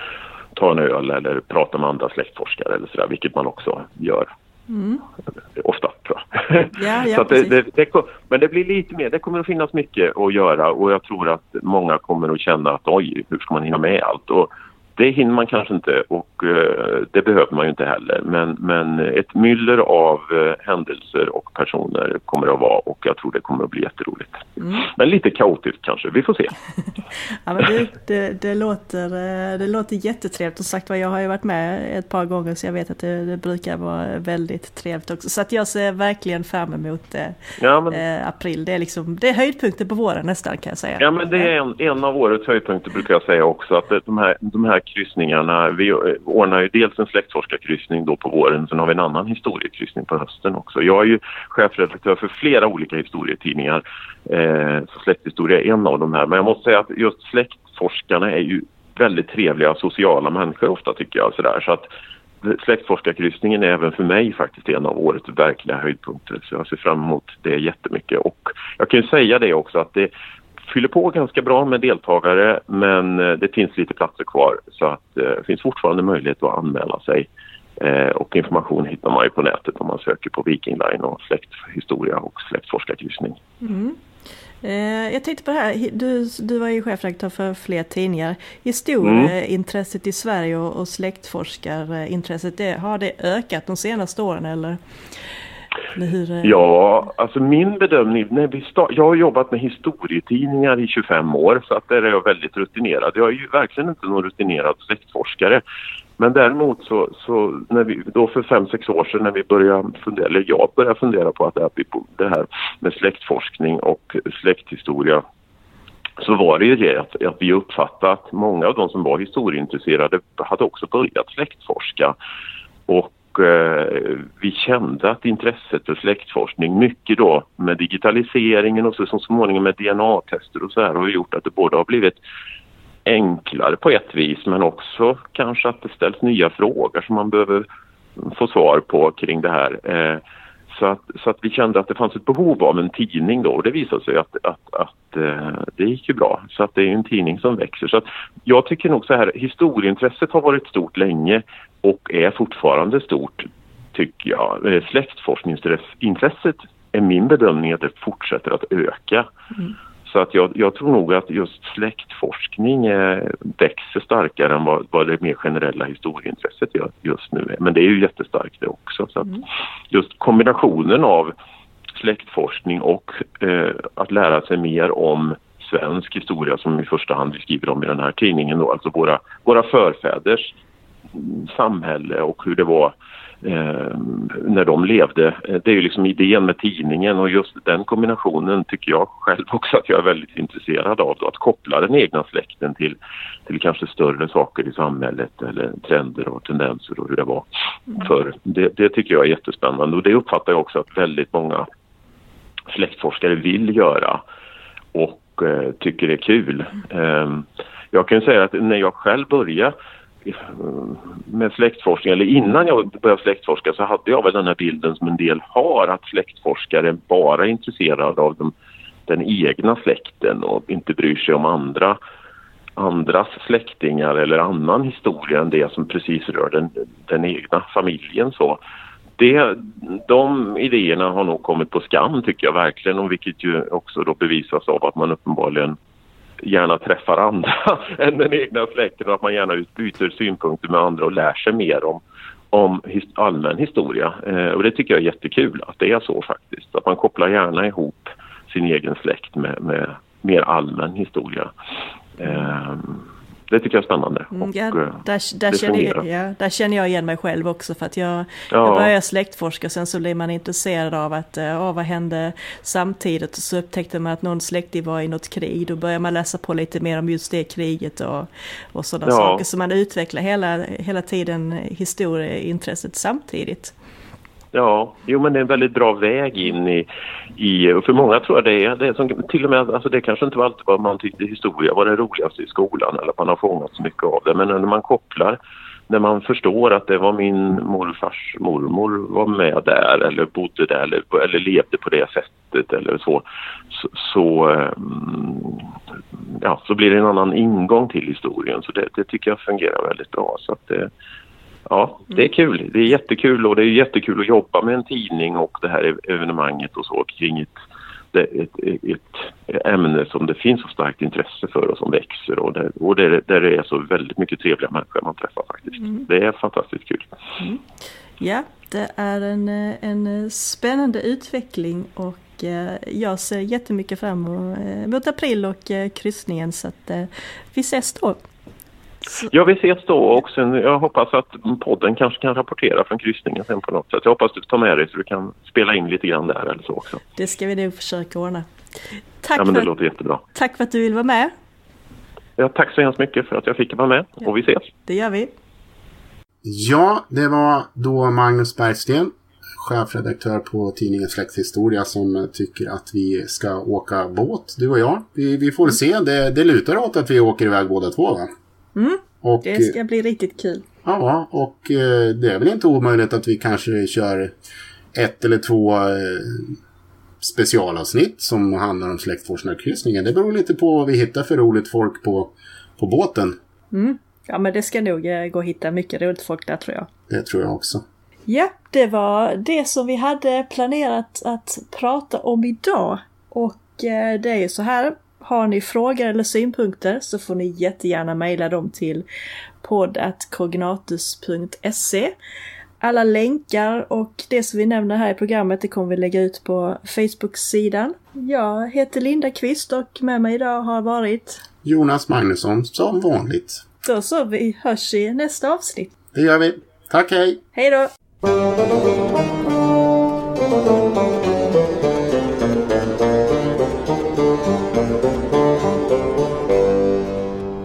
ta en öl eller prata med andra släktforskare eller sådär, vilket man också gör. Mm. Ofta, tror jag. Ja, ja, så att det, det, det, men det blir lite mer, det kommer att finnas mycket att göra och jag tror att många kommer att känna att oj, hur ska man hinna med allt? Och det hinner man kanske inte och eh, det behöver man ju inte heller. Men, men ett myller av eh, händelser och personer kommer det att vara och jag tror det kommer att bli jätteroligt. Mm. Men lite kaotiskt kanske, vi får se.
Ja, men det, det, det, låter, det låter jättetrevligt och sagt vad jag har ju varit med ett par gånger så jag vet att det, det brukar vara väldigt trevligt också. Så att jag ser verkligen fram emot eh, ja, men, eh, april. Det är, liksom, det är höjdpunkter på våren nästan kan jag säga.
Ja men det är en, en av årets höjdpunkter brukar jag säga också att de här, de här kryssningarna, vi ordnar ju dels en släktforskarkryssning då på våren, sen har vi en annan historiekryssning på hösten också. Jag är ju chefredaktör för flera olika historietidningar, eh, så släkthistoria är en av de här. Men jag måste säga att just släktforskarna är ju väldigt trevliga sociala människor ofta tycker jag. Sådär. Så att släktforskarkryssningen är även för mig faktiskt en av årets verkliga höjdpunkter. Så jag ser fram emot det jättemycket. Och jag kan ju säga det också att det fyller på ganska bra med deltagare men det finns lite platser kvar så att det finns fortfarande möjlighet att anmäla sig och information hittar man ju på nätet om man söker på Viking Line och släkthistoria och släktforskarkryssning. Mm.
Jag tänkte på det här, du, du var ju chefredaktör för fler tidningar. Historieintresset mm. i Sverige och, och släktforskarintresset, det, har det ökat de senaste åren eller? Hur...
Ja, alltså min bedömning, när vi start... jag har jobbat med historietidningar i tjugofem år så att där är jag väldigt rutinerad. Jag är ju verkligen inte någon rutinerad släktforskare. Men däremot så, så när vi, då för fem, sex år sedan när vi började fundera, eller jag började fundera på att det här med släktforskning och släkthistoria så var det ju det att, att vi uppfattade att många av de som var historieintresserade hade också börjat släktforska och vi kände att intresset för släktforskning mycket då med digitaliseringen och så som småningom med D N A-tester och så här har gjort att det både har blivit enklare på ett vis men också kanske att det ställs nya frågor som man behöver få svar på kring det här. Så att, så att vi kände att det fanns ett behov av en tidning då och det visade sig att, att, att det gick ju bra. Så att det är en tidning som växer. Så att jag tycker nog så här, historieintresset har varit stort länge och är fortfarande stort tycker jag. Släktforskningsintresset är min bedömning att det fortsätter att öka. Mm. Så att jag, jag tror nog att just släktforskning eh, växer starkare än vad, vad det mer generella historieintresset just nu är. Men det är ju jättestarkt det också. Så att just kombinationen av släktforskning och eh, att lära sig mer om svensk historia som i första hand vi skriver om i den här tidningen då, alltså våra, våra förfäders samhälle och hur det var eh, när de levde. Det är ju liksom idén med tidningen och just den kombinationen tycker jag själv också att jag är väldigt intresserad av då, att koppla den egna släkten till, till kanske större saker i samhället eller trender och tendenser och hur det var förr. Det, det tycker jag är jättespännande och det uppfattar jag också att väldigt många släktforskare vill göra och eh, tycker det är kul. Eh, jag kan säga att när jag själv började med släktforskning, eller innan jag började släktforska så hade jag väl den här bilden som en del har, att släktforskare bara är intresserade av de, den egna släkten och inte bryr sig om andra andras släktingar eller annan historia än det som precis rör den, den egna familjen. Så det, de idéerna har nog kommit på skam tycker jag verkligen, och vilket ju också då bevisas av att man uppenbarligen gärna träffar andra än den egna släkten och att man gärna utbyter synpunkter med andra och lär sig mer om, om his, allmän historia. Eh, och det tycker jag är jättekul att det är så faktiskt. Att man kopplar gärna ihop sin egen släkt med, med mer allmän historia. Eh, det tycker jag är spännande.
Mm,
och,
ja, där, där, känner jag, ja, där känner jag igen mig själv också för att jag, ja. jag började släktforska och sen så blev man intresserad av att ja, vad hände samtidigt och så upptäckte man att någon släkting var i något krig. Då började man läsa på lite mer om just det kriget och, och sådana ja. saker. Så man utvecklar hela, hela tiden historieintresset samtidigt.
Ja, jo men det är en väldigt bra väg in i, i och för många tror jag det är, det är som, till och med, alltså det kanske inte var alltid vad man tyckte historia var det roligaste i skolan eller att man har fångat så mycket av det, men när man kopplar, när man förstår att det var min morfars mormor var med där eller bodde där eller, eller levde på det sättet eller så, så, så, ja, så blir det en annan ingång till historien, så det, det tycker jag fungerar väldigt bra, så att det ja, det är kul. Det är jättekul och det är jättekul att jobba med en tidning och det här evenemanget och så kring ett, ett, ett ämne som det finns så starkt intresse för och som växer och, där, och där, där det är så väldigt mycket trevliga människor man träffar faktiskt. Mm. Det är fantastiskt kul.
Mm. Ja, det är en, en spännande utveckling och jag ser jättemycket fram emot april och kryssningen så att vi ses då.
Ja, vi ses då och sen, jag hoppas att podden kanske kan rapportera från kryssningen sen på något sätt. Jag hoppas du tar med dig så du kan spela in lite grann där eller så också.
Det ska vi nog försöka ordna. Tack
ja, men det
för,
låter jättebra.
Tack för att du vill vara med.
Ja, tack så hemskt mycket för att jag fick vara med ja. och vi ses.
Det gör vi.
Ja, det var då Magnus Bergsten, chefredaktör på tidningen Släkthistoria, som tycker att vi ska åka båt, du och jag. Vi, vi får se, det, det lutar åt att vi åker iväg båda två va?
Mm, och, det ska bli riktigt kul.
Ja, och eh, det är väl inte omöjligt att vi kanske kör ett eller två eh, specialavsnitt som handlar om släktforskningskryssningen. Det beror lite på vad vi hittar för roligt folk på, på båten.
Mm. Ja, men det ska nog eh, gå att hitta mycket roligt folk där tror jag.
Det tror jag också.
Ja, det var det som vi hade planerat att prata om idag. Och eh, det är ju så här. Har ni frågor eller synpunkter så får ni jättegärna mejla dem till podd at cognatus punkt se. Alla länkar och det som vi nämner här i programmet det kommer vi lägga ut på Facebook-sidan. Jag heter Linda Kvist och med mig idag har varit
Jonas Magnusson som vanligt.
Då så, vi hörs i nästa avsnitt.
Det gör vi. Tack, hej!
Hej då!